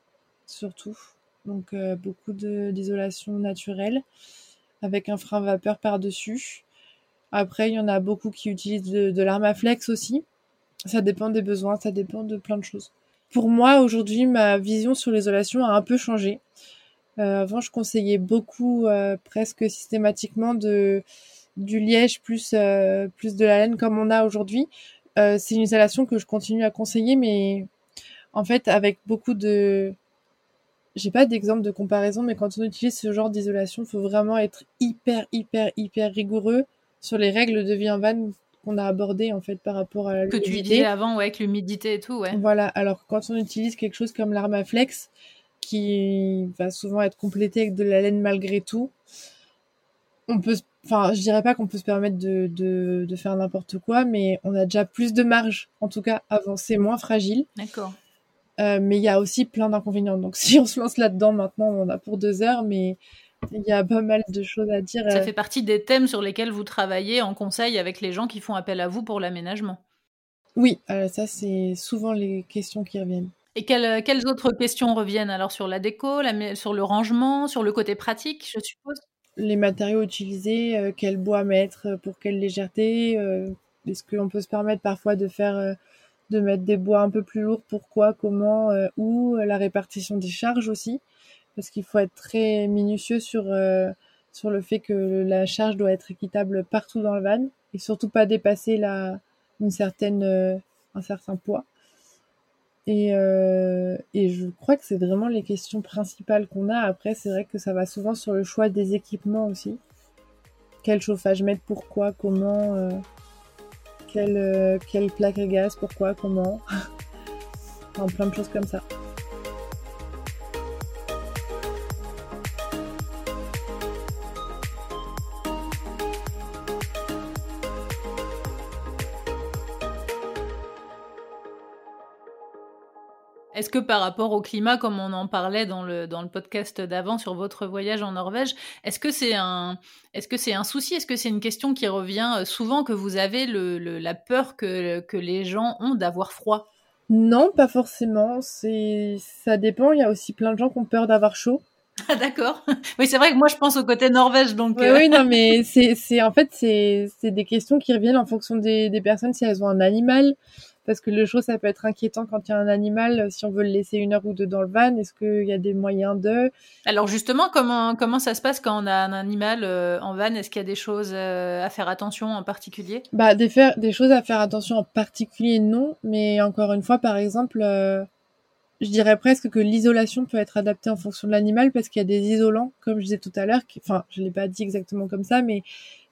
surtout. Donc euh, beaucoup de, d'isolation naturelle avec un frein vapeur par-dessus. Après, il y en a beaucoup qui utilisent de, de l'Armaflex aussi. Ça dépend des besoins, ça dépend de plein de choses. Pour moi, aujourd'hui, ma vision sur l'isolation a un peu changé. Euh, avant, je conseillais beaucoup, euh, presque systématiquement, de, du liège plus, euh, plus de la laine comme on a aujourd'hui. Euh, c'est une isolation que je continue à conseiller, mais en fait, avec beaucoup de... J'ai pas d'exemple de comparaison, mais quand on utilise ce genre d'isolation, il faut vraiment être hyper, hyper, hyper rigoureux sur les règles de vie en van qu'on a abordées, en fait, par rapport à la Que tu l'humidité. disais avant, ouais, avec l'humidité et tout, ouais. Voilà, alors quand on utilise quelque chose comme l'Armaflex, qui va souvent être complété avec de la laine malgré tout, on peut, enfin, je dirais pas qu'on peut se permettre de, de, de faire n'importe quoi, mais on a déjà plus de marge, en tout cas, avant, c'est moins fragile. D'accord. Euh, mais il y a aussi plein d'inconvénients. Donc si on se lance là-dedans maintenant, on en a pour deux heures, mais il y a pas mal de choses à dire. Ça fait partie des thèmes sur lesquels vous travaillez en conseil avec les gens qui font appel à vous pour l'aménagement. Oui, euh, ça c'est souvent les questions qui reviennent. Et quelles, quelles autres questions reviennent alors sur la déco, la, sur le rangement, sur le côté pratique, je suppose? Les matériaux utilisés, euh, quel bois mettre, pour quelle légèreté, euh, est-ce qu'on peut se permettre parfois de faire... Euh, de mettre des bois un peu plus lourds, pourquoi, comment, euh, où, la répartition des charges aussi, parce qu'il faut être très minutieux sur, euh, sur le fait que la charge doit être équitable partout dans le van, et surtout pas dépasser la, une certaine, euh, un certain poids. Et, euh, et je crois que c'est vraiment les questions principales qu'on a. Après, c'est vrai que ça va souvent sur le choix des équipements aussi. Quel chauffage mettre, pourquoi, comment... Euh, Quelle, euh, quelle plaque à gaz, pourquoi, comment, enfin, plein de choses comme ça. Est-ce que par rapport au climat, comme on en parlait dans le, dans le podcast d'avant sur votre voyage en Norvège, est-ce que c'est un, est-ce que c'est un souci? Est-ce que c'est une question qui revient souvent, que vous avez le, le, la peur que, que les gens ont d'avoir froid? Non, pas forcément. C'est... Ça dépend. Il y a aussi plein de gens qui ont peur d'avoir chaud. Ah d'accord. Oui, c'est vrai que moi je pense au côté Norvège, donc. Oui, euh... oui, non, mais c'est, c'est en fait c'est, c'est des questions qui reviennent en fonction des, des personnes si elles ont un animal, parce que le chaud ça peut être inquiétant quand il y a un animal. Si on veut le laisser une heure ou deux dans le van, est-ce qu'il y a des moyens de... Alors justement, comment comment ça se passe quand on a un animal euh, en van? Est-ce qu'il y a des choses euh, à faire attention en particulier? Bah des faire des choses à faire attention en particulier non, mais encore une fois par exemple. Euh... Je dirais presque que l'isolation peut être adaptée en fonction de l'animal parce qu'il y a des isolants, comme je disais tout à l'heure, qui, enfin, je l'ai pas dit exactement comme ça, mais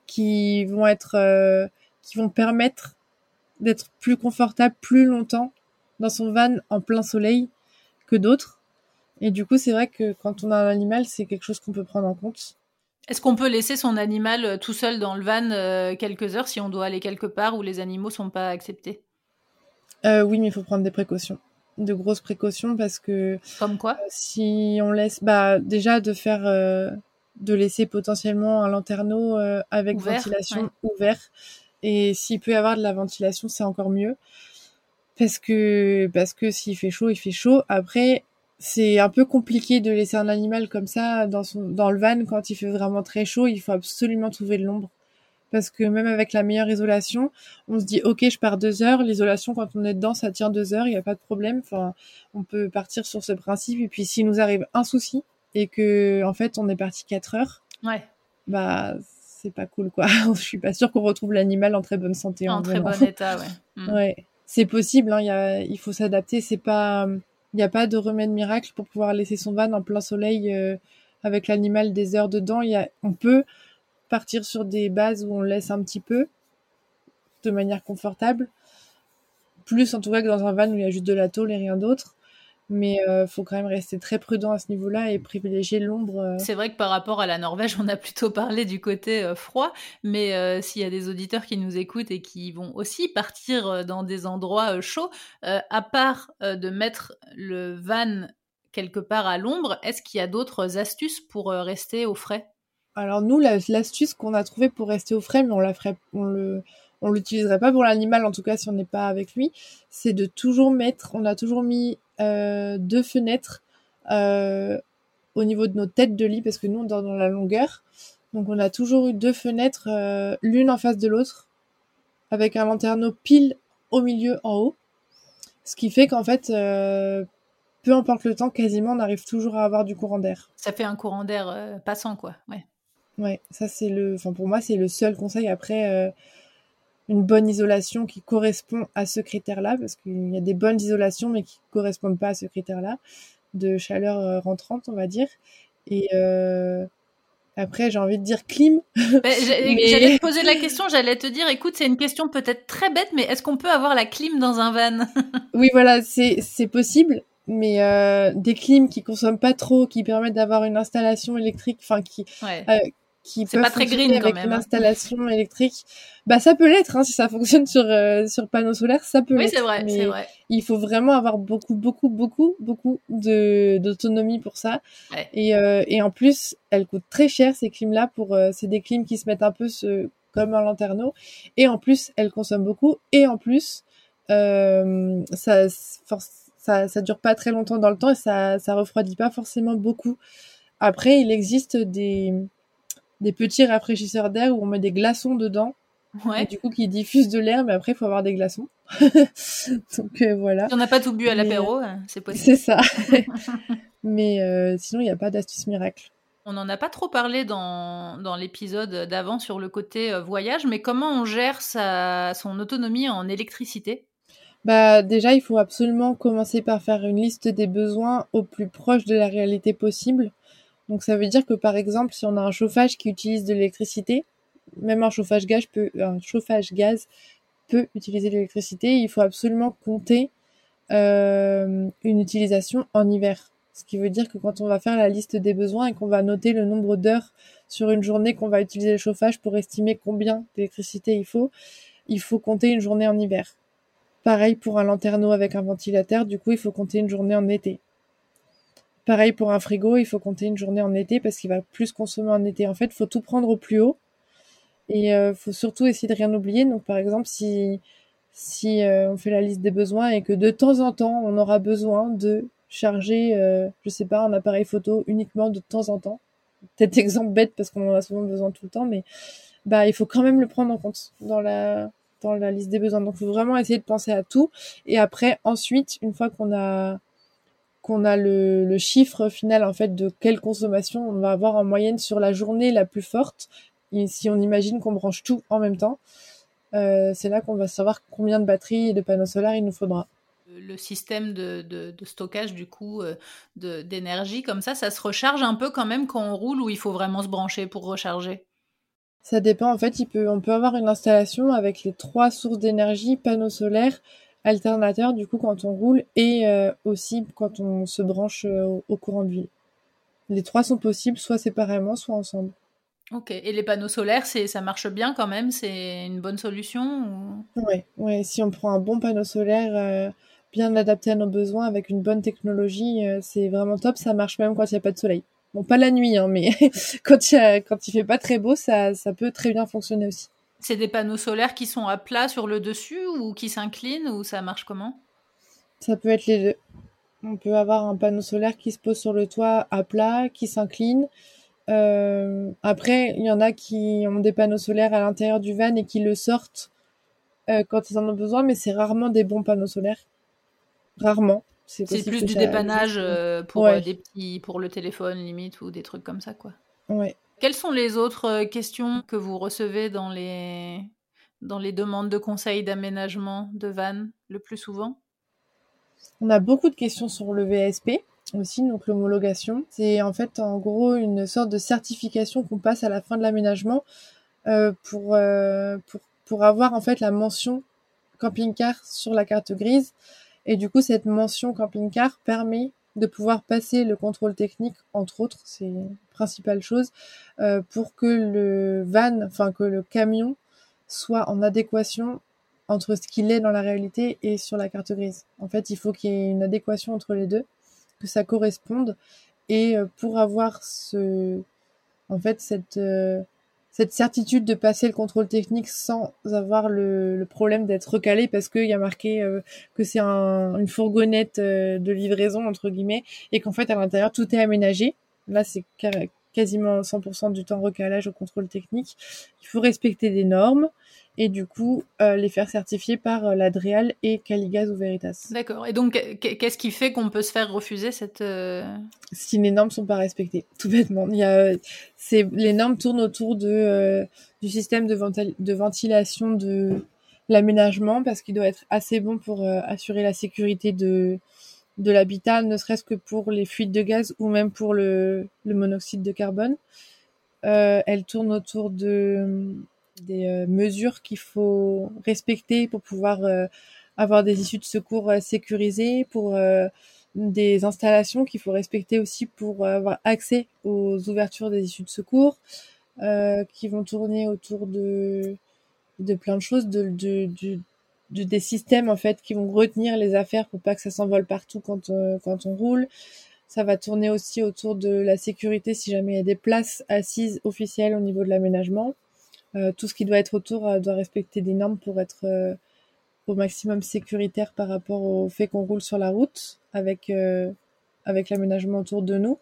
qui vont être, euh, qui vont permettre d'être plus confortable plus longtemps dans son van en plein soleil que d'autres. Et du coup, c'est vrai que quand on a un animal, c'est quelque chose qu'on peut prendre en compte. Est-ce qu'on peut laisser son animal tout seul dans le van euh, quelques heures si on doit aller quelque part où les animaux sont pas acceptés? euh, Oui, mais il faut prendre des précautions. De grosses précautions parce que comme quoi euh, si on laisse bah déjà de faire euh, de laisser potentiellement un lanterneau euh, avec ouvert, ventilation ouais. ouvert, et s'il peut y avoir de la ventilation c'est encore mieux parce que parce que s'il fait chaud il fait chaud. Après c'est un peu compliqué de laisser un animal comme ça dans son dans le van quand il fait vraiment très chaud. Il faut absolument trouver de l'ombre. Parce que même avec la meilleure isolation, on se dit ok, je pars deux heures. L'isolation, quand on est dedans, ça tient deux heures, il n'y a pas de problème. Enfin, on peut partir sur ce principe. Et puis, s'il nous arrive un souci et que en fait, on est parti quatre heures, ouais. bah c'est pas cool, quoi. Je suis pas sûre qu'on retrouve l'animal en très bonne santé. En, en très bon état, ouais. Mm. Ouais, c'est possible. Hein, y a, il faut s'adapter. C'est pas, il n'y a pas de remède miracle pour pouvoir laisser son van en plein soleil euh, avec l'animal des heures dedans. Il y a, on peut partir sur des bases où on laisse un petit peu de manière confortable, plus en tout cas que dans un van où il y a juste de la tôle et rien d'autre, mais euh, faut quand même rester très prudent à ce niveau-là et privilégier l'ombre. Euh... C'est vrai que par rapport à la Norvège, on a plutôt parlé du côté euh, froid, mais euh, s'il y a des auditeurs qui nous écoutent et qui vont aussi partir dans des endroits euh, chauds, euh, à part euh, de mettre le van quelque part à l'ombre, est-ce qu'il y a d'autres astuces pour euh, rester au frais? Alors nous, la, l'astuce qu'on a trouvée pour rester au frais, mais on la ferait, on le, on l'utiliserait pas pour l'animal, en tout cas si on n'est pas avec lui, c'est de toujours mettre, on a toujours mis euh, deux fenêtres euh, au niveau de nos têtes de lit, parce que nous, on dort dans la longueur. Donc, on a toujours eu deux fenêtres, euh, l'une en face de l'autre, avec un lanterneau pile au milieu, en haut. Ce qui fait qu'en fait, euh, peu importe le temps, quasiment, on arrive toujours à avoir du courant d'air. Ça fait un courant d'air euh, passant, quoi. Ouais. Ouais, ça, c'est le... Enfin, pour moi, c'est le seul conseil. Après, euh, une bonne isolation qui correspond à ce critère-là, parce qu'il y a des bonnes isolations, mais qui correspondent pas à ce critère-là, de chaleur euh, rentrante, on va dire. Et... Euh... Après, j'ai envie de dire clim. Ben, j'ai- mais... J'allais te poser la question, j'allais te dire, écoute, c'est une question peut-être très bête, mais est-ce qu'on peut avoir la clim dans un van? Oui, voilà, c'est c'est possible, mais euh, des clims qui consomment pas trop, qui permettent d'avoir une installation électrique, enfin qui Ouais. euh, qui C'est peuvent pas très fonctionner green quand avec même, une hein. installation électrique, bah ça peut l'être, hein, si ça fonctionne sur euh, sur panneau solaire, ça peut Oui, l'être. c'est vrai, c'est Mais vrai. il faut vraiment avoir beaucoup, beaucoup, beaucoup, beaucoup de d'autonomie pour ça. Ouais. Et euh, et en plus, elles coûtent très cher ces clims-là. Pour euh, c'est des clims qui se mettent un peu ce, comme un lanterneau. Et en plus, elles consomment beaucoup. Et en plus, euh, ça, force, ça, ça dure pas très longtemps dans le temps et ça, ça refroidit pas forcément beaucoup. Après, il existe des, des petits rafraîchisseurs d'air où on met des glaçons dedans. Ouais. Et du coup, qui diffusent de l'air, mais après, il faut avoir des glaçons. Donc, euh, voilà. Si on n'a pas tout bu à Mais, l'apéro, euh, c'est possible. c'est ça. Mais euh, sinon, il n'y a pas d'astuce miracle. On n'en a pas trop parlé dans, dans l'épisode d'avant sur le côté euh, voyage, mais comment on gère sa, son autonomie en électricité? Bah, déjà, il faut absolument commencer par faire une liste des besoins au plus proche de la réalité possible. Donc, ça veut dire que, par exemple, si on a un chauffage qui utilise de l'électricité, même un chauffage gaz peut, un chauffage gaz peut utiliser de l'électricité, il faut absolument compter euh, une utilisation en hiver. Ce qui veut dire que quand on va faire la liste des besoins et qu'on va noter le nombre d'heures sur une journée qu'on va utiliser le chauffage pour estimer combien d'électricité il faut, il faut compter une journée en hiver. Pareil pour un lanterneau avec un ventilateur, du coup il faut compter une journée en été. Pareil pour un frigo, il faut compter une journée en été parce qu'il va plus consommer en été. En fait, il faut tout prendre au plus haut et il euh, faut surtout essayer de rien oublier. Donc par exemple, si si euh, on fait la liste des besoins et que de temps en temps on aura besoin de charger, euh, je sais pas, un appareil photo uniquement de temps en temps. Peut-être exemple bête parce qu'on en a souvent besoin tout le temps, mais bah il faut quand même le prendre en compte dans la dans la liste des besoins. Donc il faut vraiment essayer de penser à tout. Et après, ensuite, une fois qu'on a qu'on a le, le chiffre final en fait de quelle consommation on va avoir en moyenne sur la journée la plus forte, et si on imagine qu'on branche tout en même temps, euh, c'est là qu'on va savoir combien de batteries et de panneaux solaires il nous faudra. Le système de, de, de stockage du coup euh, de, d'énergie comme ça, ça se recharge un peu quand même quand on roule ou il faut vraiment se brancher pour recharger? Ça dépend, en fait, il peut, on peut avoir une installation avec les trois sources d'énergie, panneaux solaires, alternateurs, du coup, quand on roule, et euh, aussi quand on se branche euh, au, au courant de ville. Les trois sont possibles, soit séparément, soit ensemble. Ok, et les panneaux solaires, c'est, ça marche bien quand même? C'est une bonne solution ou... Ouais, ouais, si on prend un bon panneau solaire euh, bien adapté à nos besoins, avec une bonne technologie, euh, c'est vraiment top, ça marche même quand il n'y a pas de soleil. Bon, pas la nuit, hein, mais quand il y a, quand il fait pas très beau, ça, ça peut très bien fonctionner aussi. C'est des panneaux solaires qui sont à plat sur le dessus ou qui s'inclinent ou ça marche comment? Ça peut être les deux. On peut avoir un panneau solaire qui se pose sur le toit à plat, qui s'incline. Euh, après, il y en a qui ont des panneaux solaires à l'intérieur du van et qui le sortent euh, quand ils en ont besoin, mais c'est rarement des bons panneaux solaires. Rarement. C'est C'est possible plus que du ça dépannage existe. euh, pour euh, Ouais, des petits, pour le téléphone limite ou des trucs comme ça quoi. ouais. Quelles sont les autres euh, questions que vous recevez dans les dans les demandes de conseils d'aménagement de van le plus souvent? On a beaucoup de questions sur le V A S P aussi, donc l'homologation. C'est en fait en gros une sorte de certification qu'on passe à la fin de l'aménagement euh, pour, euh, pour pour avoir en fait la mention camping-car sur la carte grise. Et du coup, cette mention camping-car permet de pouvoir passer le contrôle technique, entre autres, c'est une principale chose, euh, pour que le van, enfin que le camion soit en adéquation entre ce qu'il est dans la réalité et sur la carte grise. En fait, il faut qu'il y ait une adéquation entre les deux, que ça corresponde. Et euh, pour avoir ce, en fait, cette, euh, cette certitude de passer le contrôle technique sans avoir le, le problème d'être recalé parce qu'il y a marqué euh, que c'est un, une fourgonnette euh, de livraison, entre guillemets, et qu'en fait, à l'intérieur, tout est aménagé. Là, c'est ca- quasiment cent pour cent du temps recalage au contrôle technique. Il faut respecter des normes et du coup, euh, les faire certifier par euh, l'Adréal et Caligaz ou Veritas. D'accord. Et donc, qu'est-ce qui fait qu'on peut se faire refuser cette... Euh... Si les normes sont pas respectées, tout bêtement. Il y a, c'est, les normes tournent autour de, euh, du système de, ventil- de ventilation de l'aménagement parce qu'il doit être assez bon pour euh, assurer la sécurité de, de l'habitat, ne serait-ce que pour les fuites de gaz ou même pour le, le monoxyde de carbone. Euh, elle tourne autour de, des euh, mesures qu'il faut respecter pour pouvoir euh, avoir des issues de secours euh, sécurisées, pour euh, des installations qu'il faut respecter aussi pour avoir accès aux ouvertures des issues de secours, euh, qui vont tourner autour de, de plein de choses, de, de, de, de des systèmes en fait qui vont retenir les affaires pour pas que ça s'envole partout quand on, quand on roule. Ça va tourner aussi autour de la sécurité si jamais il y a des places assises officielles au niveau de l'aménagement. Euh, tout ce qui doit être autour euh, doit respecter des normes pour être euh, au maximum sécuritaire par rapport au fait qu'on roule sur la route avec, euh, avec l'aménagement autour de nous.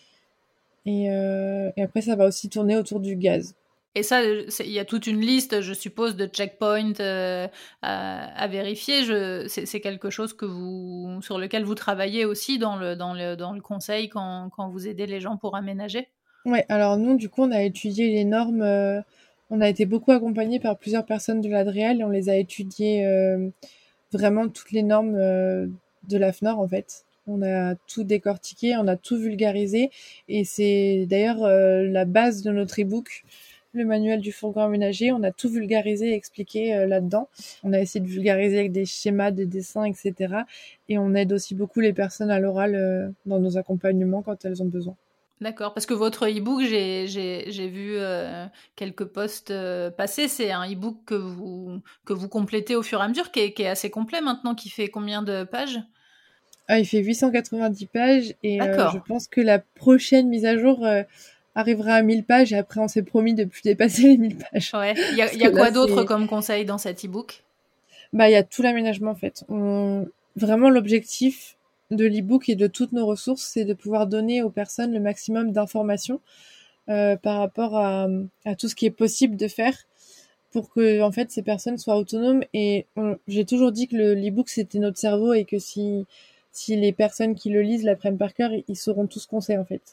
Et, euh, et après, ça va aussi tourner autour du gaz. Et ça, il y a toute une liste, je suppose, de checkpoints euh, à, à vérifier. Je, c'est, c'est quelque chose que vous, sur lequel vous travaillez aussi dans le, dans le, dans le conseil quand, quand vous aidez les gens pour aménager. Ouais, alors nous, du coup, on a étudié les normes. Euh, on a été beaucoup accompagnés par plusieurs personnes de l'Adréal et on les a étudiées euh, vraiment toutes les normes euh, de l'A F N O R, en fait. On a tout décortiqué, on a tout vulgarisé et c'est d'ailleurs euh, la base de notre e-book, le manuel du fourgon aménagé. On a tout vulgarisé et expliqué euh, là-dedans. On a essayé de vulgariser avec des schémas, des dessins, et cetera. Et on aide aussi beaucoup les personnes à l'oral euh, dans nos accompagnements quand elles ont besoin. D'accord, parce que votre e-book, j'ai, j'ai, j'ai vu euh, quelques posts euh, passer. C'est un e-book que vous, que vous complétez au fur et à mesure, qui est, qui est assez complet maintenant, qui fait combien de pages ? Ah, il fait huit cent quatre-vingt-dix pages et euh, je D'accord. pense que la prochaine mise à jour euh, arrivera à mille pages et après on s'est promis de plus dépasser les mille pages. Ouais. Il y a, Parce il y que a là, quoi d'autre c'est... comme conseil dans cet e-book ? Bah, il y a tout l'aménagement en fait. On... Vraiment, l'objectif de l'e-book et de toutes nos ressources, c'est de pouvoir donner aux personnes le maximum d'informations euh, par rapport à, à tout ce qui est possible de faire pour que en fait ces personnes soient autonomes. Et on... j'ai toujours dit que le, l'e-book c'était notre cerveau et que si si les personnes qui le lisent l'apprennent par cœur, ils sauront tout ce qu'on sait en fait.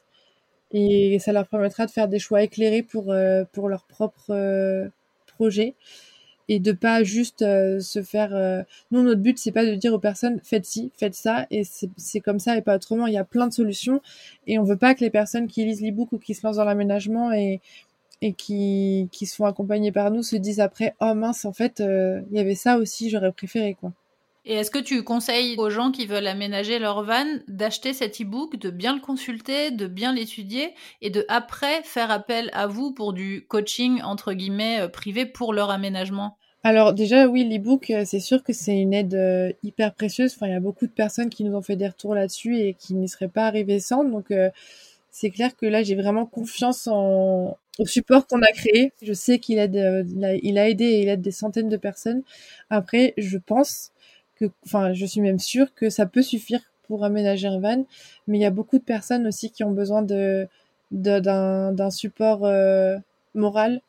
Et ça leur permettra de faire des choix éclairés pour euh, pour leur propre euh, projet et de pas juste euh, se faire euh... nous notre but c'est pas de dire aux personnes faites ci, faites ça et c'est c'est comme ça et pas autrement. Il y a plein de solutions et on veut pas que les personnes qui lisent l'e-book ou qui se lancent dans l'aménagement et et qui qui se font accompagner par nous se disent après oh mince en fait euh, il y avait ça aussi, j'aurais préféré quoi. Et est-ce que tu conseilles aux gens qui veulent aménager leur van d'acheter cet e-book, de bien le consulter, de bien l'étudier et de après faire appel à vous pour du coaching entre guillemets euh, privé pour leur aménagement ? Alors déjà oui l'e-book euh, c'est sûr que c'est une aide euh, hyper précieuse. Enfin il y a beaucoup de personnes qui nous ont fait des retours là-dessus et qui n'y seraient pas arrivées sans. Donc euh, c'est clair que là j'ai vraiment confiance en au support qu'on a créé. Je sais qu'il aide, euh, il, a, il a aidé et il aide des centaines de personnes. Après je pense que, enfin je suis même sûre que ça peut suffire pour aménager un van, mais il y a beaucoup de personnes aussi qui ont besoin de, de d'un, d'un support euh, moral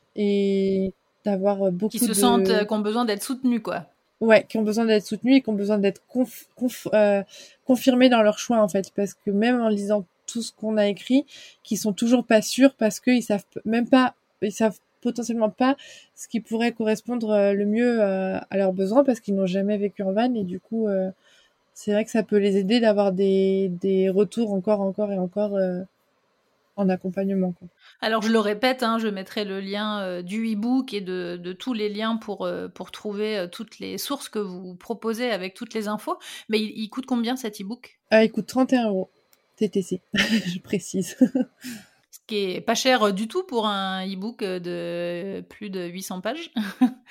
et d'avoir Qui beaucoup se sentent, euh, de qui ont besoin d'être soutenus, quoi. ouais qui ont besoin d'être soutenus et qui ont besoin d'être conf, conf, euh, confirmés dans leur choix en fait parce que même en lisant tout ce qu'on a écrit qui sont toujours pas sûrs parce qu'ils savent même pas ils savent potentiellement pas ce qui pourrait correspondre euh, le mieux euh, à leurs besoins parce qu'ils n'ont jamais vécu en van et du coup euh, c'est vrai que ça peut les aider d'avoir des des retours encore encore et encore euh, en accompagnement quoi. Alors je le répète, hein, je mettrai le lien euh, du e-book et de, de tous les liens pour, euh, pour trouver euh, toutes les sources que vous proposez avec toutes les infos. Mais il, il coûte combien cet e-book ? Ah il coûte trente et un euros T T C je précise. Ce qui est pas cher du tout pour un e-book de plus de huit cents pages.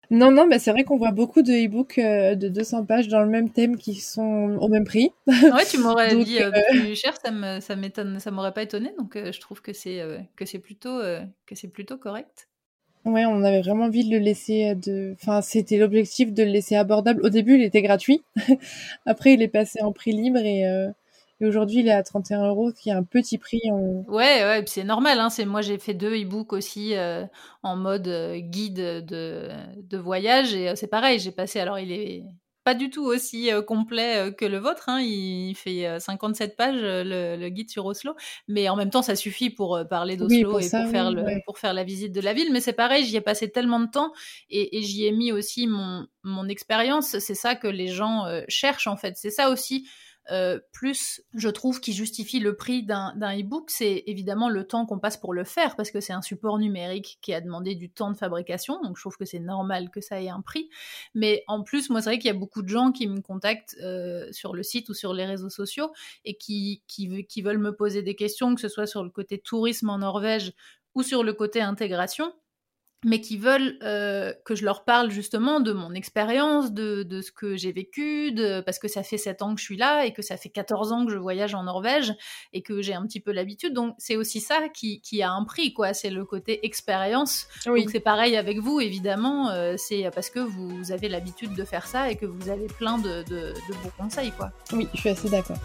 Non, non, bah, c'est vrai qu'on voit beaucoup de e-books euh, de deux cents pages dans le même thème qui sont au même prix. Ouais, tu m'aurais Donc, dit euh, euh, plus cher, ça me, ça m'étonne, ça m'aurait pas étonné, donc euh, je trouve que c'est euh, que c'est plutôt euh, que c'est plutôt correct. ouais, on avait vraiment envie de le laisser euh, de, enfin, c'était l'objectif de le laisser abordable. Au début, il était gratuit. Après, il est passé en prix libre et, euh, et aujourd'hui, il est à trente et un euros, qui est un petit prix. En... Ouais, ouais, puis c'est normal, hein. C'est moi j'ai fait deux e-books aussi euh, en mode euh, guide de, de voyage et euh, c'est pareil, j'ai passé alors il est pas du tout aussi euh, complet euh, que le vôtre, hein. Il fait euh, cinquante-sept pages euh, le, le guide sur Oslo, mais en même temps ça suffit pour euh, parler Oui, d'Oslo pour et ça, pour faire oui, le ouais. pour faire la visite de la ville, mais c'est pareil, j'y ai passé tellement de temps et, et j'y ai mis aussi mon mon expérience, c'est ça que les gens euh, cherchent en fait, c'est ça aussi. Euh, plus, je trouve, qui justifie le prix d'un, d'un e-book, c'est évidemment le temps qu'on passe pour le faire, parce que c'est un support numérique qui a demandé du temps de fabrication, donc je trouve que c'est normal que ça ait un prix. Mais en plus, moi, c'est vrai qu'il y a beaucoup de gens qui me contactent euh, sur le site ou sur les réseaux sociaux et qui, qui, qui veulent me poser des questions, que ce soit sur le côté tourisme en Norvège ou sur le côté intégration, mais qui veulent euh, que je leur parle justement de mon expérience, de, de ce que j'ai vécu, de, parce que ça fait sept ans que je suis là et que ça fait quatorze ans que je voyage en Norvège et que j'ai un petit peu l'habitude. Donc c'est aussi ça qui, qui a un prix, quoi. C'est le côté expérience. Oui, Donc c'est pareil avec vous, évidemment. Euh, c'est parce que vous avez l'habitude de faire ça et que vous avez plein de, de, de bons conseils, quoi. oui, je suis assez d'accord.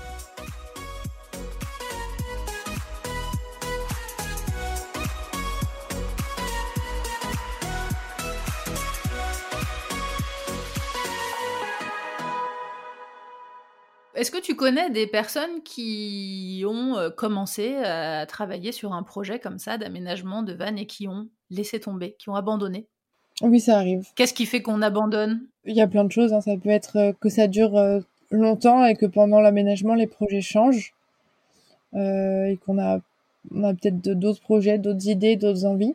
Est-ce que tu connais des personnes qui ont euh, commencé à travailler sur un projet comme ça d'aménagement de vannes et qui ont laissé tomber, qui ont abandonné? Oui, ça arrive. Qu'est-ce qui fait qu'on abandonne? Il y a plein de choses, hein. Ça peut être euh, que ça dure euh, longtemps et que pendant l'aménagement, les projets changent euh, et qu'on a, on a peut-être de- d'autres projets, d'autres idées, d'autres envies.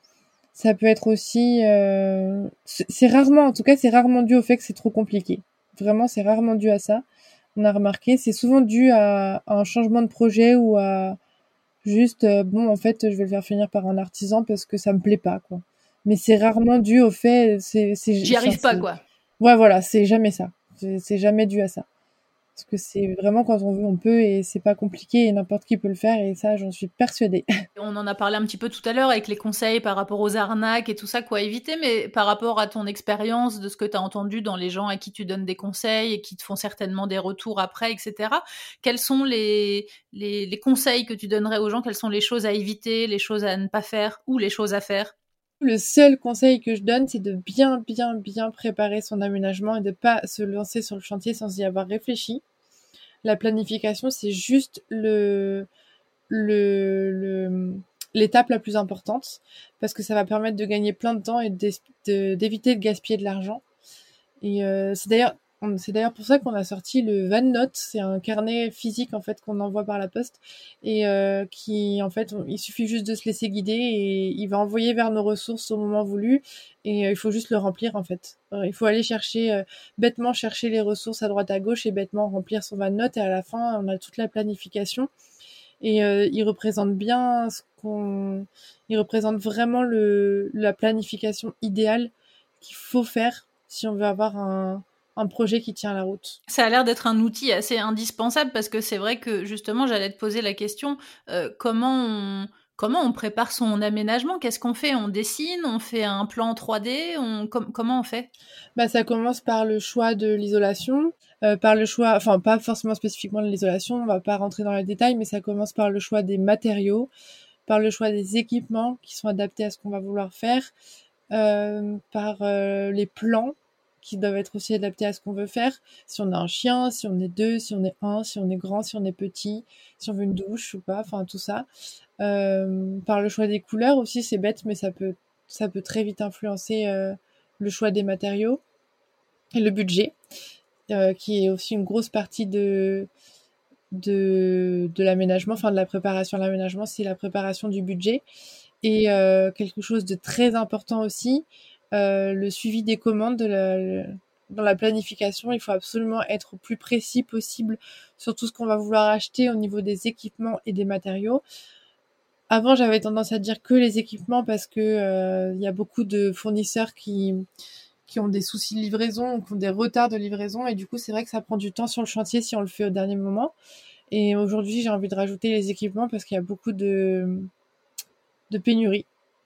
Ça peut être aussi... euh, C'est c'est rarement, en tout cas, c'est rarement dû au fait que c'est trop compliqué. Vraiment, c'est rarement dû à ça. On a remarqué, c'est souvent dû à, à un changement de projet ou à juste, euh, bon, en fait, je vais le faire finir par un artisan parce que ça me plaît pas, quoi. Mais c'est rarement dû au fait... c'est, c'est, J'y enfin, arrive pas, c'est- quoi. Ouais, voilà, c'est jamais ça. C'est c'est jamais dû à ça. Parce que c'est vraiment quand on veut, on peut et c'est pas compliqué et n'importe qui peut le faire et ça, j'en suis persuadée. On en a parlé un petit peu tout à l'heure avec les conseils par rapport aux arnaques et tout ça, quoi éviter, mais par rapport à ton expérience, de ce que tu as entendu dans les gens à qui tu donnes des conseils et qui te font certainement des retours après, et cetera. Quels sont les, les, les conseils que tu donnerais aux gens? Quelles sont les choses à éviter, les choses à ne pas faire ou les choses à faire? Le seul conseil que je donne, c'est de bien, bien, bien préparer son aménagement et de pas se lancer sur le chantier sans y avoir réfléchi. La planification, c'est juste le, le, le, l'étape la plus importante parce que ça va permettre de gagner plein de temps et d'es- de- d'éviter de gaspiller de l'argent. Et euh, c'est d'ailleurs on- c'est d'ailleurs pour ça qu'on a sorti le Van Note. C'est un carnet physique en fait qu'on envoie par la poste et euh, qui en fait on- il suffit juste de se laisser guider et il va envoyer vers nos ressources au moment voulu et euh, il faut juste le remplir en fait. Euh, il faut aller chercher euh, bêtement chercher les ressources à droite à gauche et bêtement remplir son Van Note et à la fin on a toute la planification et euh, il représente bien ce qu'on il représente vraiment le la planification idéale qu'il faut faire si on veut avoir un, un projet qui tient la route. Ça a l'air d'être un outil assez indispensable parce que c'est vrai que justement, j'allais te poser la question, euh, comment on, comment on prépare son aménagement? Qu'est-ce qu'on fait? On dessine? On fait un plan trois D? On, com- comment on fait? Bah, ça commence par le choix de l'isolation, euh, par le choix, enfin pas forcément spécifiquement de l'isolation, on va pas rentrer dans les détails, mais ça commence par le choix des matériaux, par le choix des équipements qui sont adaptés à ce qu'on va vouloir faire, euh, par euh, les plans qui doivent être aussi adaptés à ce qu'on veut faire. Si on a un chien, si on est deux, si on est un, si on est grand, si on est petit, si on veut une douche ou pas, enfin tout ça. Euh, par le choix des couleurs aussi, c'est bête, mais ça peut, ça peut très vite influencer euh, le choix des matériaux et le budget, euh, qui est aussi une grosse partie de, de, de l'aménagement, enfin de la préparation à l'aménagement, c'est la préparation du budget. Et euh, quelque chose de très important aussi, euh, le suivi des commandes de la, dans la planification. Il faut absolument être au plus précis possible sur tout ce qu'on va vouloir acheter au niveau des équipements et des matériaux. Avant, j'avais tendance à dire que les équipements parce que euh, il y a beaucoup de fournisseurs qui qui ont des soucis de livraison ou qui ont des retards de livraison. Et du coup, c'est vrai que ça prend du temps sur le chantier si on le fait au dernier moment. Et aujourd'hui, j'ai envie de rajouter les équipements parce qu'il y a beaucoup de, de pénuries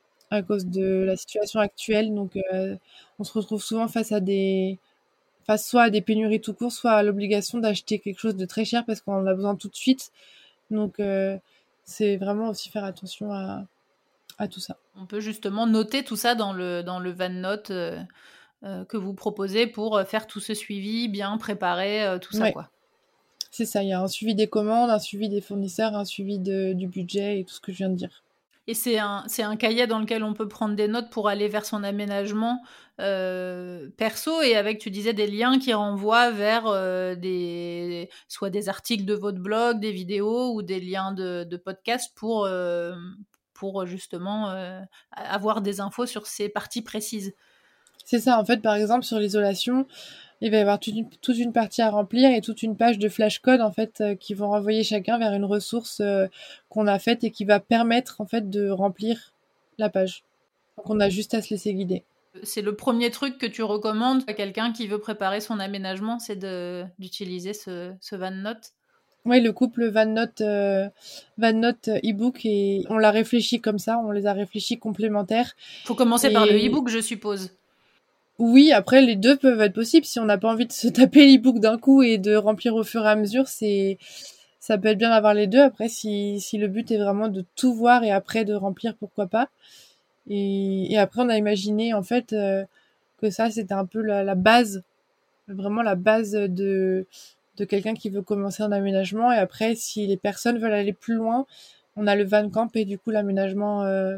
à cause de la situation actuelle. Donc, euh, on se retrouve souvent face à des, face soit à des pénuries tout court, soit à l'obligation d'acheter quelque chose de très cher parce qu'on en a besoin tout de suite. Donc, euh, c'est vraiment aussi faire attention à, à tout ça. On peut justement noter tout ça dans le, dans le VanNote euh, euh, que vous proposez pour faire tout ce suivi, bien préparer euh, tout ça, ouais. quoi. C'est ça, il y a un suivi des commandes, un suivi des fournisseurs, un suivi de, du budget et tout ce que je viens de dire. Et c'est un, c'est un cahier dans lequel on peut prendre des notes pour aller vers son aménagement euh, perso et avec, tu disais, des liens qui renvoient vers euh, des, soit des articles de votre blog, des vidéos ou des liens de, de podcast pour, euh, pour justement euh, avoir des infos sur ces parties précises. C'est ça, en fait, par exemple, sur l'isolation, il va y avoir toute une, toute une partie à remplir et toute une page de flashcode, en fait, euh, qui vont renvoyer chacun vers une ressource euh, qu'on a faite et qui va permettre, en fait, de remplir la page. Donc, on a juste à se laisser guider. C'est le premier truc que tu recommandes à quelqu'un qui veut préparer son aménagement, c'est de, d'utiliser ce, ce VanNote. Oui, le couple VanNote, euh, VanNote e-book, et on l'a réfléchi comme ça, on les a réfléchis complémentaires. Faut commencer et... par le e-book, je suppose. Oui, après, les deux peuvent être possibles. Si on n'a pas envie de se taper l'e-book d'un coup et de remplir au fur et à mesure, c'est, ça peut être bien d'avoir les deux. Après, si, si le but est vraiment de tout voir et après de remplir, pourquoi pas. Et, et après, on a imaginé, en fait, euh, que ça, c'était un peu la, la base, vraiment la base de, de quelqu'un qui veut commencer un aménagement. Et après, si les personnes veulent aller plus loin, on a le VanCamp et du coup, l'aménagement, euh,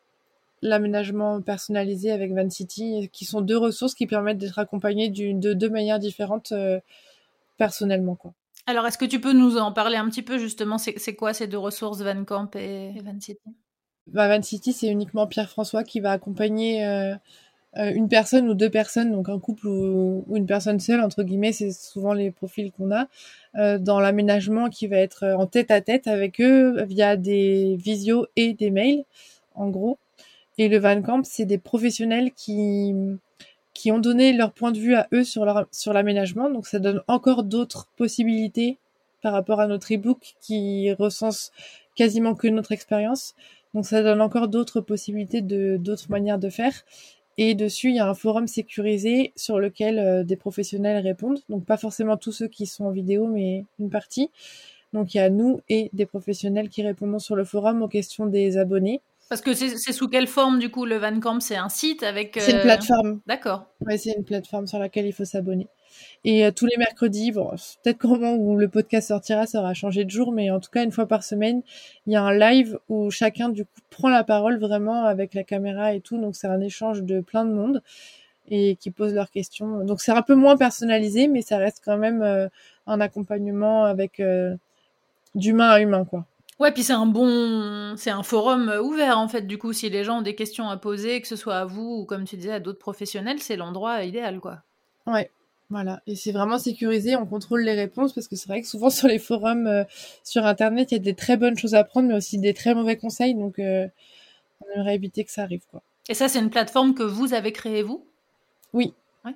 l'aménagement personnalisé avec VanCity, qui sont deux ressources qui permettent d'être accompagnées de deux manières différentes euh, personnellement, quoi. Alors, est-ce que tu peux nous en parler un petit peu, justement, c'est, c'est quoi ces deux ressources, VanCamp et, et VanCity? Bah, VanCity, c'est uniquement Pierre-François qui va accompagner euh, euh, une personne ou deux personnes, donc un couple ou, ou une personne seule, entre guillemets, c'est souvent les profils qu'on a, euh, dans l'aménagement qui va être en tête-à-tête avec eux via des visios et des mails, en gros. Et le VanCamp, c'est des professionnels qui, qui ont donné leur point de vue à eux sur, leur, sur l'aménagement. Donc, ça donne encore d'autres possibilités par rapport à notre e-book qui recense quasiment que notre expérience. Donc, ça donne encore d'autres possibilités, de, d'autres manières de faire. Et dessus, il y a un forum sécurisé sur lequel euh, des professionnels répondent. Donc, pas forcément tous ceux qui sont en vidéo, mais une partie. Donc, il y a nous et des professionnels qui répondent sur le forum aux questions des abonnés. Parce que c'est, c'est sous quelle forme, du coup, le VanCamp? C'est un site avec... Euh... C'est une plateforme. D'accord. Ouais, c'est une plateforme sur laquelle il faut s'abonner. Et euh, tous les mercredis, bon, peut-être qu'au moment où le podcast sortira, ça aura changé de jour, mais en tout cas, une fois par semaine, il y a un live où chacun, du coup, prend la parole vraiment avec la caméra et tout. Donc, c'est un échange de plein de monde et qui pose leurs questions. Donc, c'est un peu moins personnalisé, mais ça reste quand même euh, un accompagnement avec euh, d'humain à humain, quoi. Ouais, puis c'est un bon, c'est un forum ouvert en fait. Du coup, si les gens ont des questions à poser, que ce soit à vous ou comme tu disais à d'autres professionnels, c'est l'endroit idéal, quoi. Ouais, voilà. Et c'est vraiment sécurisé. On contrôle les réponses parce que c'est vrai que souvent sur les forums euh, sur Internet, il y a des très bonnes choses à prendre, mais aussi des très mauvais conseils. Donc, euh, on aimerait éviter que ça arrive, quoi. Et ça, c'est une plateforme que vous avez créée vous ? Oui.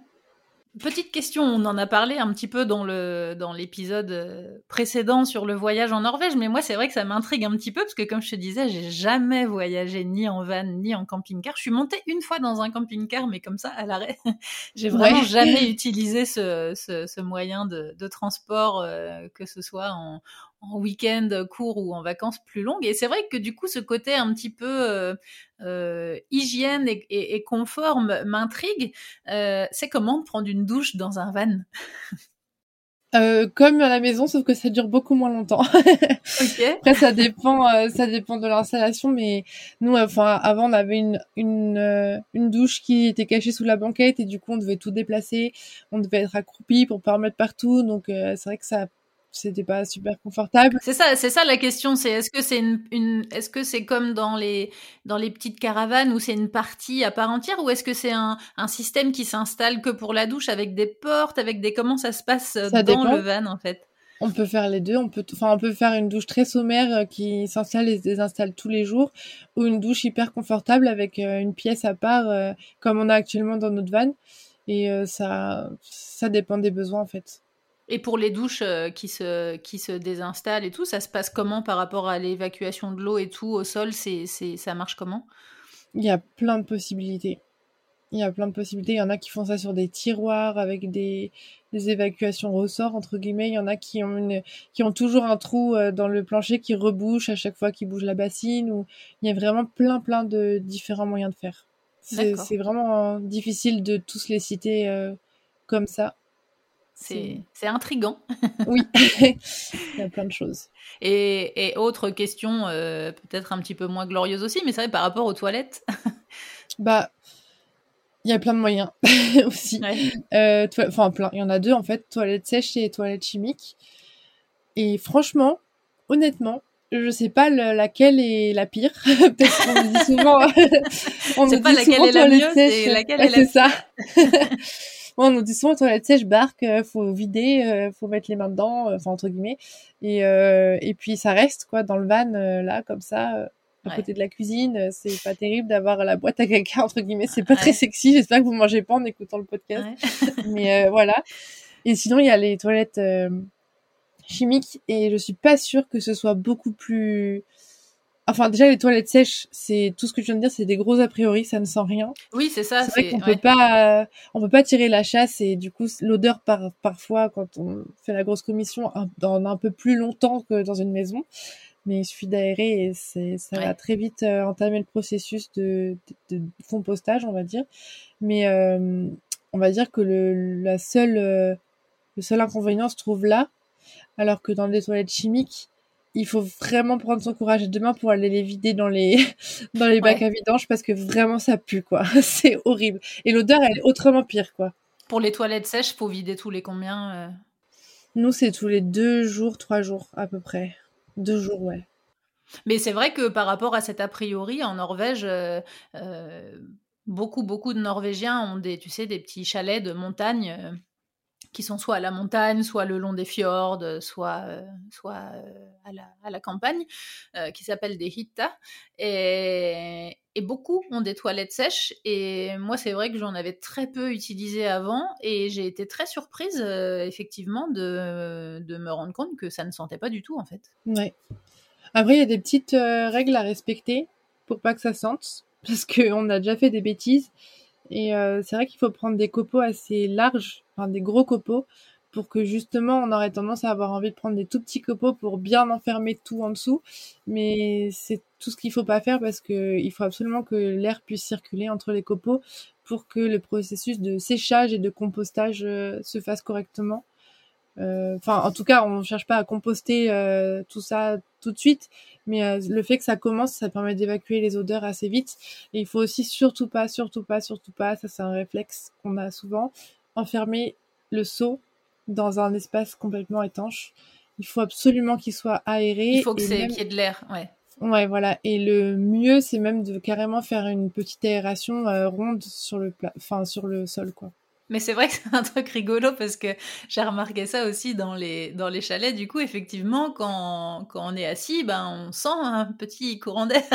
Petite question, on en a parlé un petit peu dans le dans l'épisode précédent sur le voyage en Norvège, mais moi c'est vrai que ça m'intrigue un petit peu parce que comme je te disais, j'ai jamais voyagé ni en van ni en camping-car. Je suis montée une fois dans un camping-car, mais comme ça à l'arrêt. J'ai vraiment ouais. jamais utilisé ce, ce, ce moyen de, de transport, euh, que ce soit en, en week-end court ou en vacances plus longues. Et c'est vrai que du coup, ce côté un petit peu euh, euh, hygiène et, et, et confort m'intrigue. Euh, c'est comment de prendre une douche dans un van ? Euh, comme à la maison, sauf que ça dure beaucoup moins longtemps. Okay. Après, ça dépend, euh, ça dépend de l'installation, mais nous, enfin, avant, on avait une une euh, une douche qui était cachée sous la banquette et du coup, on devait tout déplacer, on devait être accroupi pour pas remettre partout, donc euh, c'est vrai que ça, c'était pas super confortable. C'est ça, c'est ça la question, c'est est-ce que c'est une, une est-ce que c'est comme dans les dans les petites caravanes où c'est une partie à part entière ou est-ce que c'est un un système qui s'installe que pour la douche avec des portes, avec des comment ça se passe ça dans dépend. Le van en fait? On peut faire les deux, on peut enfin on peut faire une douche très sommaire qui s'installe et se désinstalle tous les jours ou une douche hyper confortable avec une pièce à part euh, comme on a actuellement dans notre van. Et euh, ça, ça dépend des besoins, en fait. Et pour les douches euh, qui, se, qui se désinstallent et tout, ça se passe comment par rapport à l'évacuation de l'eau et tout au sol, c'est, c'est, ça marche comment? Il y a plein de possibilités. Il y a plein de possibilités. Il y en a qui font ça sur des tiroirs avec des, des évacuations ressorts, entre guillemets. Il y en a qui ont, une, qui ont toujours un trou euh, dans le plancher qui rebouche à chaque fois qu'ils bougent la bassine. Ou... Il y a vraiment plein, plein de différents moyens de faire. C'est, c'est vraiment euh, difficile de tous les citer euh, comme ça. C'est, c'est... c'est intriguant. Oui, il y a plein de choses. Et, et autre question, euh, peut-être un petit peu moins glorieuse aussi, mais c'est vrai par rapport aux toilettes. Bah... Il y a plein de moyens aussi. Ouais. Euh, to- enfin, plein. Il y en a deux, en fait. Toilettes sèches et toilettes chimiques. Et franchement, honnêtement, je sais pas le, laquelle est la pire. Parce qu'on nous dit souvent... on c'est nous pas dit laquelle souvent est la mieux, sèches. c'est laquelle ouais, est la c'est ça. On nous dit souvent toilettes sèches, barque, euh, faut vider, euh, faut mettre les mains dedans, enfin, euh, entre guillemets. Et, euh, et puis, ça reste, quoi, dans le van, euh, là, comme ça... Euh, à ouais. côté de la cuisine, c'est pas terrible d'avoir la boîte à caca, entre guillemets, c'est pas ouais. très sexy, j'espère que vous mangez pas en écoutant le podcast, ouais. mais euh, voilà. Et sinon, il y a les toilettes euh, chimiques, et je suis pas sûre que ce soit beaucoup plus... Enfin, déjà, les toilettes sèches, c'est tout ce que je viens de dire, c'est des gros a priori, ça ne sent rien. Oui, c'est ça. C'est, c'est... vrai qu'on ouais. peut pas, euh, on peut pas tirer la chasse, et du coup, l'odeur, par, parfois, quand on fait la grosse commission, un, dans un peu plus longtemps que dans une maison. Mais il suffit d'aérer et c'est, ça ouais. va très vite euh, entamer le processus de, de, de compostage, on va dire. Mais euh, on va dire que le, la seule, euh, le seul inconvénient se trouve là, alors que dans les toilettes chimiques, il faut vraiment prendre son courage à deux mains pour aller les vider dans les, dans les bacs ouais. à vidange parce que vraiment ça pue, quoi. C'est horrible. Et l'odeur, elle est autrement pire, quoi. Pour les toilettes sèches, faut vider tous les combien euh... Nous, c'est tous les deux jours, trois jours, à peu près. Deux jours, ouais. Mais c'est vrai que par rapport à cet a priori, en Norvège, euh, euh, beaucoup, beaucoup de Norvégiens ont des, tu sais, des petits chalets de montagne euh, qui sont soit à la montagne, soit le long des fjords, soit, euh, soit euh, à, la, à la campagne, euh, qui s'appellent des hytta. Et, et beaucoup ont des toilettes sèches. Et moi, c'est vrai que j'en avais très peu utilisé avant. Et j'ai été très surprise, euh, effectivement, de, de me rendre compte que ça ne sentait pas du tout, en fait. Ouais. Après, il y a des petites euh, règles à respecter pour pas que ça sente, parce qu'on a déjà fait des bêtises. Et euh, c'est vrai qu'il faut prendre des copeaux assez larges, enfin des gros copeaux, pour que justement on aurait tendance à avoir envie de prendre des tout petits copeaux pour bien enfermer tout en dessous. Mais c'est tout ce qu'il faut pas faire parce que il faut absolument que l'air puisse circuler entre les copeaux pour que le processus de séchage et de compostage euh, se fasse correctement. Enfin, euh, en tout cas, on ne cherche pas à composter euh, tout ça tout de suite, mais euh, le fait que ça commence, ça permet d'évacuer les odeurs assez vite. Et il faut aussi surtout pas, surtout pas, surtout pas, ça c'est un réflexe qu'on a souvent, enfermer le seau dans un espace complètement étanche. Il faut absolument qu'il soit aéré. Il faut que c'est même... qu'il y ait de l'air, ouais. Ouais, voilà. Et le mieux, c'est même de carrément faire une petite aération euh, ronde sur le pla... enfin, sur le sol, quoi. Mais c'est vrai que c'est un truc rigolo parce que j'ai remarqué ça aussi dans les, dans les chalets. Du coup, effectivement, quand, quand on est assis, ben, on sent un petit courant d'air.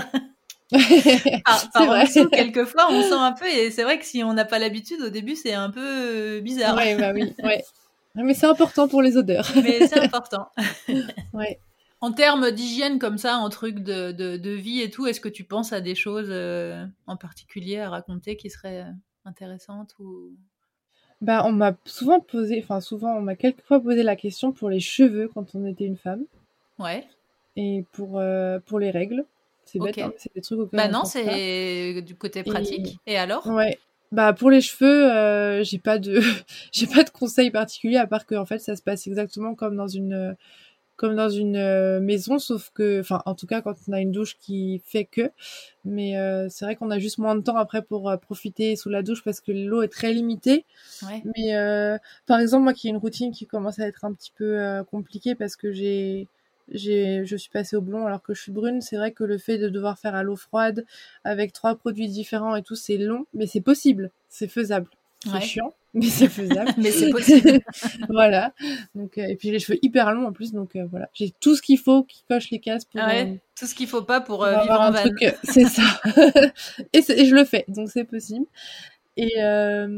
par par en dessous, quelquefois, on sent un peu. Et c'est vrai que si on n'a pas l'habitude, au début, c'est un peu bizarre. Ouais, bah oui, ouais. Mais c'est important pour les odeurs. Mais c'est important. Ouais. En termes d'hygiène comme ça, en truc de, de, de vie et tout, est-ce que tu penses à des choses euh, en particulier à raconter qui seraient intéressantes ou... Bah, on m'a souvent posé, enfin souvent, on m'a quelquefois posé la question pour les cheveux quand on était une femme. Ouais. Et pour euh, pour les règles, c'est bête, okay. hein, c'est des trucs auxquels bah on non, pense c'est pas. Du côté pratique. Et, et alors? Ouais. Bah pour les cheveux, euh, j'ai pas de j'ai pas de conseils particuliers à part que en fait ça se passe exactement comme dans une comme dans une euh, maison, sauf que, enfin, en tout cas, quand on a une douche qui fait que, mais euh, c'est vrai qu'on a juste moins de temps après pour euh, profiter sous la douche parce que l'eau est très limitée. Ouais. Mais euh, par exemple, moi qui ai une routine qui commence à être un petit peu euh, compliquée parce que j'ai, j'ai, je suis passée au blond alors que je suis brune, c'est vrai que le fait de devoir faire à l'eau froide avec trois produits différents et tout, c'est long, mais c'est possible, c'est faisable. C'est ouais. chiant, mais c'est faisable. Mais c'est possible. Voilà. Donc, euh, et puis les cheveux hyper longs en plus, donc euh, voilà. J'ai tout ce qu'il faut qui coche les cases pour. Ouais, euh, tout ce qu'il faut pas pour, pour euh, vivre en un van. Truc, euh, c'est ça. et, c'est, et je le fais, donc c'est possible. Et, euh,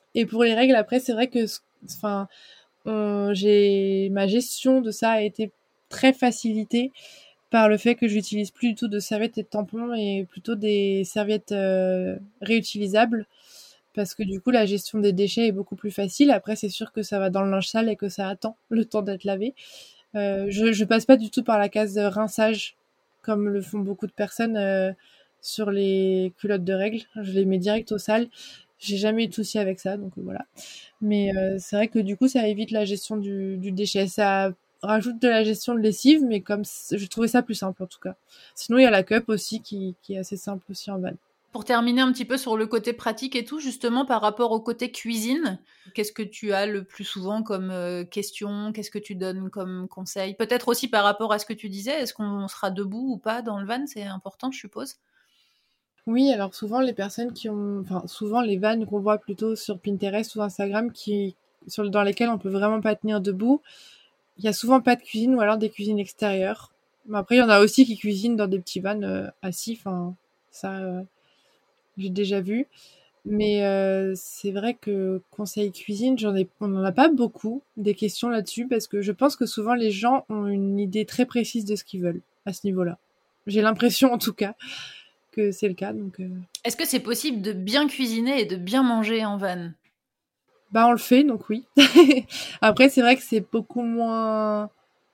Et pour les règles, après, c'est vrai que, enfin, on, j'ai ma gestion de ça a été très facilitée par le fait que j'utilise plus du tout de serviettes et de tampons et plutôt des serviettes euh, réutilisables, parce que du coup la gestion des déchets est beaucoup plus facile. Après, c'est sûr que ça va dans le linge sale et que ça attend le temps d'être lavé. Euh, je, je passe pas du tout par la case de rinçage comme le font beaucoup de personnes euh, sur les culottes de règles. Je les mets direct au sale. J'ai jamais eu de souci avec ça, donc voilà. Mais euh, c'est vrai que du coup, ça évite la gestion du, du déchet. Ça rajoute de la gestion de lessive, mais comme je trouvais ça plus simple en tout cas. Sinon, il y a la cup aussi qui, qui est assez simple aussi en van. Pour terminer un petit peu sur le côté pratique et tout, justement par rapport au côté cuisine, qu'est-ce que tu as le plus souvent comme euh, question? Qu'est-ce que tu donnes comme conseil? Peut-être aussi par rapport à ce que tu disais, est-ce qu'on sera debout ou pas dans le van? C'est important, je suppose. Oui, alors souvent les personnes qui ont, enfin souvent les vannes qu'on voit plutôt sur Pinterest ou Instagram qui, sur, dans lesquelles on peut vraiment pas tenir debout, il y a souvent pas de cuisine ou alors des cuisines extérieures. Mais après, il y en a aussi qui cuisinent dans des petits vannes euh, assis, enfin ça, euh, j'ai déjà vu. Mais euh, c'est vrai que conseil cuisine, j'en ai, on n'en a pas beaucoup des questions là-dessus parce que je pense que souvent les gens ont une idée très précise de ce qu'ils veulent à ce niveau-là. J'ai l'impression en tout cas que c'est le cas. Donc, euh... est-ce que c'est possible de bien cuisiner et de bien manger en van? Bah on le fait, donc oui. Après, c'est vrai que c'est beaucoup moins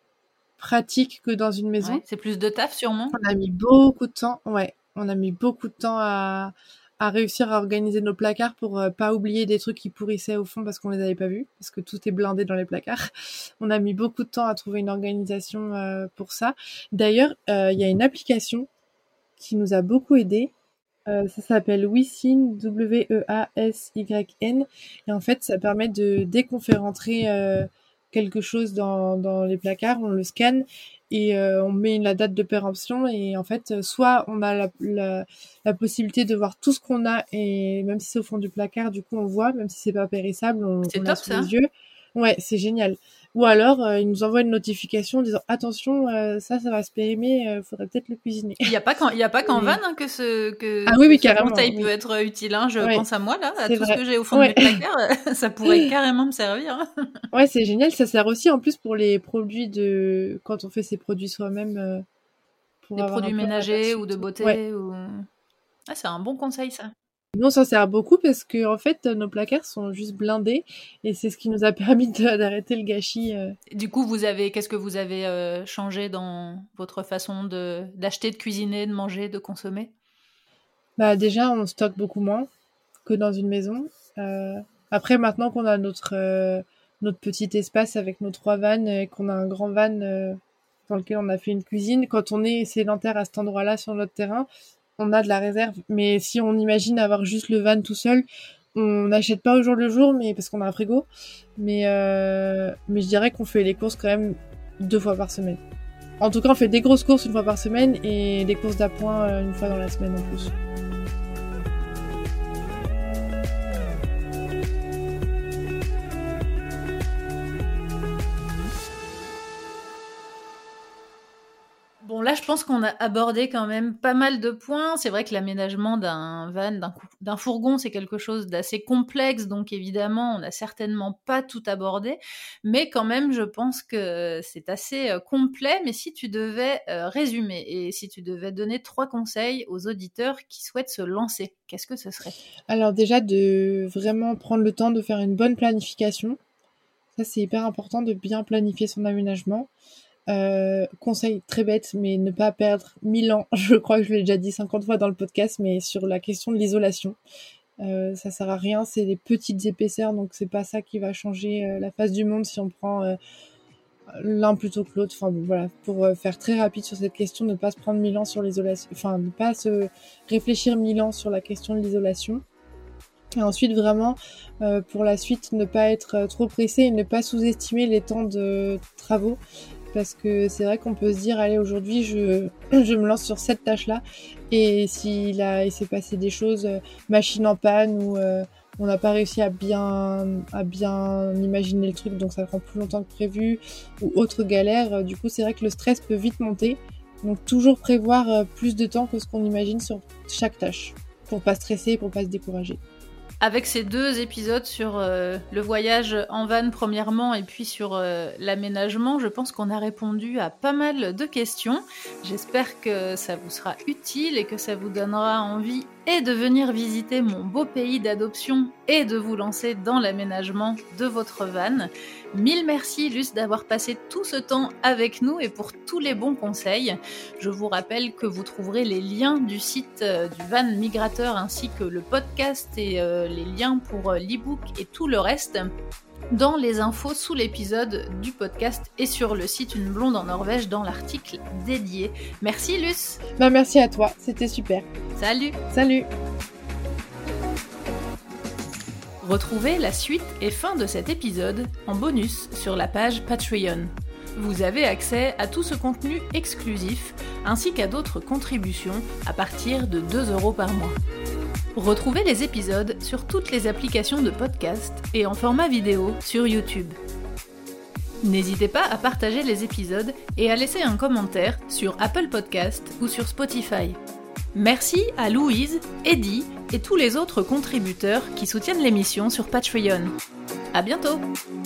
pratique que dans une maison. Ouais, c'est plus de taf sûrement. On a mis beaucoup de temps, ouais, on a mis beaucoup de temps à, à réussir à organiser nos placards pour euh, pas oublier des trucs qui pourrissaient au fond parce qu'on les avait pas vus, parce que tout est blindé dans les placards. On a mis beaucoup de temps à trouver une organisation euh, pour ça. D'ailleurs, il euh, y a une application qui nous a beaucoup aidé. Euh, ça s'appelle WeSyn, W E A S Y N, et en fait ça permet de, dès qu'on fait rentrer euh, quelque chose dans, dans les placards, on le scanne et euh, on met la date de péremption, et en fait soit on a la, la, la possibilité de voir tout ce qu'on a, et même si c'est au fond du placard, du coup on voit, même si c'est pas périssable, on, c'est on top, l'a sous ça. les yeux. Ouais, c'est génial. Ou alors, euh, il nous envoie une notification en disant « Attention, euh, ça, ça va se périmer, euh, faudrait peut-être le cuisiner. » Il n'y a pas qu'en, il y a pas qu'en van hein, que ce, que, ah, oui, oui, que ce carrément, conseil oui. peut être utile. Hein. Je ouais, pense à moi, là, à tout vrai. Ce que j'ai au fond ouais. de mes placards. Ça pourrait carrément me servir. Hein. Ouais, c'est génial. Ça sert aussi en plus pour les produits de... Quand on fait ses produits soi-même. Euh, pour des avoir produits un ménagers ou de beauté. Ouais. Ou... Ah, c'est un bon conseil, ça. Nous, on s'en sert beaucoup parce que en fait, nos placards sont juste blindés et c'est ce qui nous a permis de, d'arrêter le gâchis. Euh. Du coup, vous avez, qu'est-ce que vous avez euh, changé dans votre façon de, d'acheter, de cuisiner, de manger, de consommer? Bah déjà, on stocke beaucoup moins que dans une maison. Euh, après, maintenant qu'on a notre euh, notre petit espace avec nos trois vannes et qu'on a un grand van euh, dans lequel on a fait une cuisine, quand on est sédentaire à cet endroit-là sur notre terrain, on a de la réserve. Mais si on imagine avoir juste le van tout seul, on n'achète pas au jour le jour, mais parce qu'on a un frigo. Mais euh, mais je dirais qu'on fait les courses quand même deux fois par semaine. En tout cas, on fait des grosses courses une fois par semaine et des courses d'appoint une fois dans la semaine en plus. Bon, là, je pense qu'on a abordé quand même pas mal de points. C'est vrai que l'aménagement d'un van, d'un, d'un fourgon, c'est quelque chose d'assez complexe. Donc, évidemment, on n'a certainement pas tout abordé. Mais quand même, je pense que c'est assez euh, complet. Mais si tu devais euh, résumer et si tu devais donner trois conseils aux auditeurs qui souhaitent se lancer, qu'est-ce que ce serait? Alors déjà, de vraiment prendre le temps de faire une bonne planification. Ça, c'est hyper important de bien planifier son aménagement. Euh, conseil très bête, mais ne pas perdre mille ans, je crois que je l'ai déjà dit cinquante fois dans le podcast, mais sur la question de l'isolation. Euh, ça sert à rien, c'est des petites épaisseurs, donc c'est pas ça qui va changer euh, la face du monde si on prend euh, l'un plutôt que l'autre. Enfin bon, voilà, pour euh, faire très rapide sur cette question, ne pas se prendre mille ans sur l'isolation, enfin ne pas se réfléchir mille ans sur la question de l'isolation. Et ensuite, vraiment, euh, pour la suite, ne pas être trop pressé et ne pas sous-estimer les temps de travaux. Parce que c'est vrai qu'on peut se dire, allez, aujourd'hui, je, je me lance sur cette tâche-là. Et s'il a, il s'est passé des choses, euh, machine en panne, ou euh, on n'a pas réussi à bien, à bien imaginer le truc, donc ça prend plus longtemps que prévu, ou autre galère, euh, du coup, c'est vrai que le stress peut vite monter. Donc, toujours prévoir euh, plus de temps que ce qu'on imagine sur chaque tâche, pour pas stresser et pour pas se décourager. Avec ces deux épisodes sur euh, le voyage en van premièrement et puis sur euh, l'aménagement, je pense qu'on a répondu à pas mal de questions. J'espère que ça vous sera utile et que ça vous donnera envie et de venir visiter mon beau pays d'adoption et de vous lancer dans l'aménagement de votre van. Mille merci Luce d'avoir passé tout ce temps avec nous et pour tous les bons conseils. Je vous rappelle que vous trouverez les liens du site euh, du Van Migrateur ainsi que le podcast et euh, les liens pour euh, l'e-book et tout le reste dans les infos sous l'épisode du podcast et sur le site Une Blonde en Norvège dans l'article dédié. Merci Luce. Bah merci à toi, c'était super. Salut. Salut. Retrouvez la suite et fin de cet épisode en bonus sur la page Patreon. Vous avez accès à tout ce contenu exclusif ainsi qu'à d'autres contributions à partir de deux euros par mois. Retrouvez les épisodes sur toutes les applications de podcast et en format vidéo sur YouTube. N'hésitez pas à partager les épisodes et à laisser un commentaire sur Apple Podcast ou sur Spotify. Merci à Louise, Eddie et tous les autres contributeurs qui soutiennent l'émission sur Patreon. À bientôt!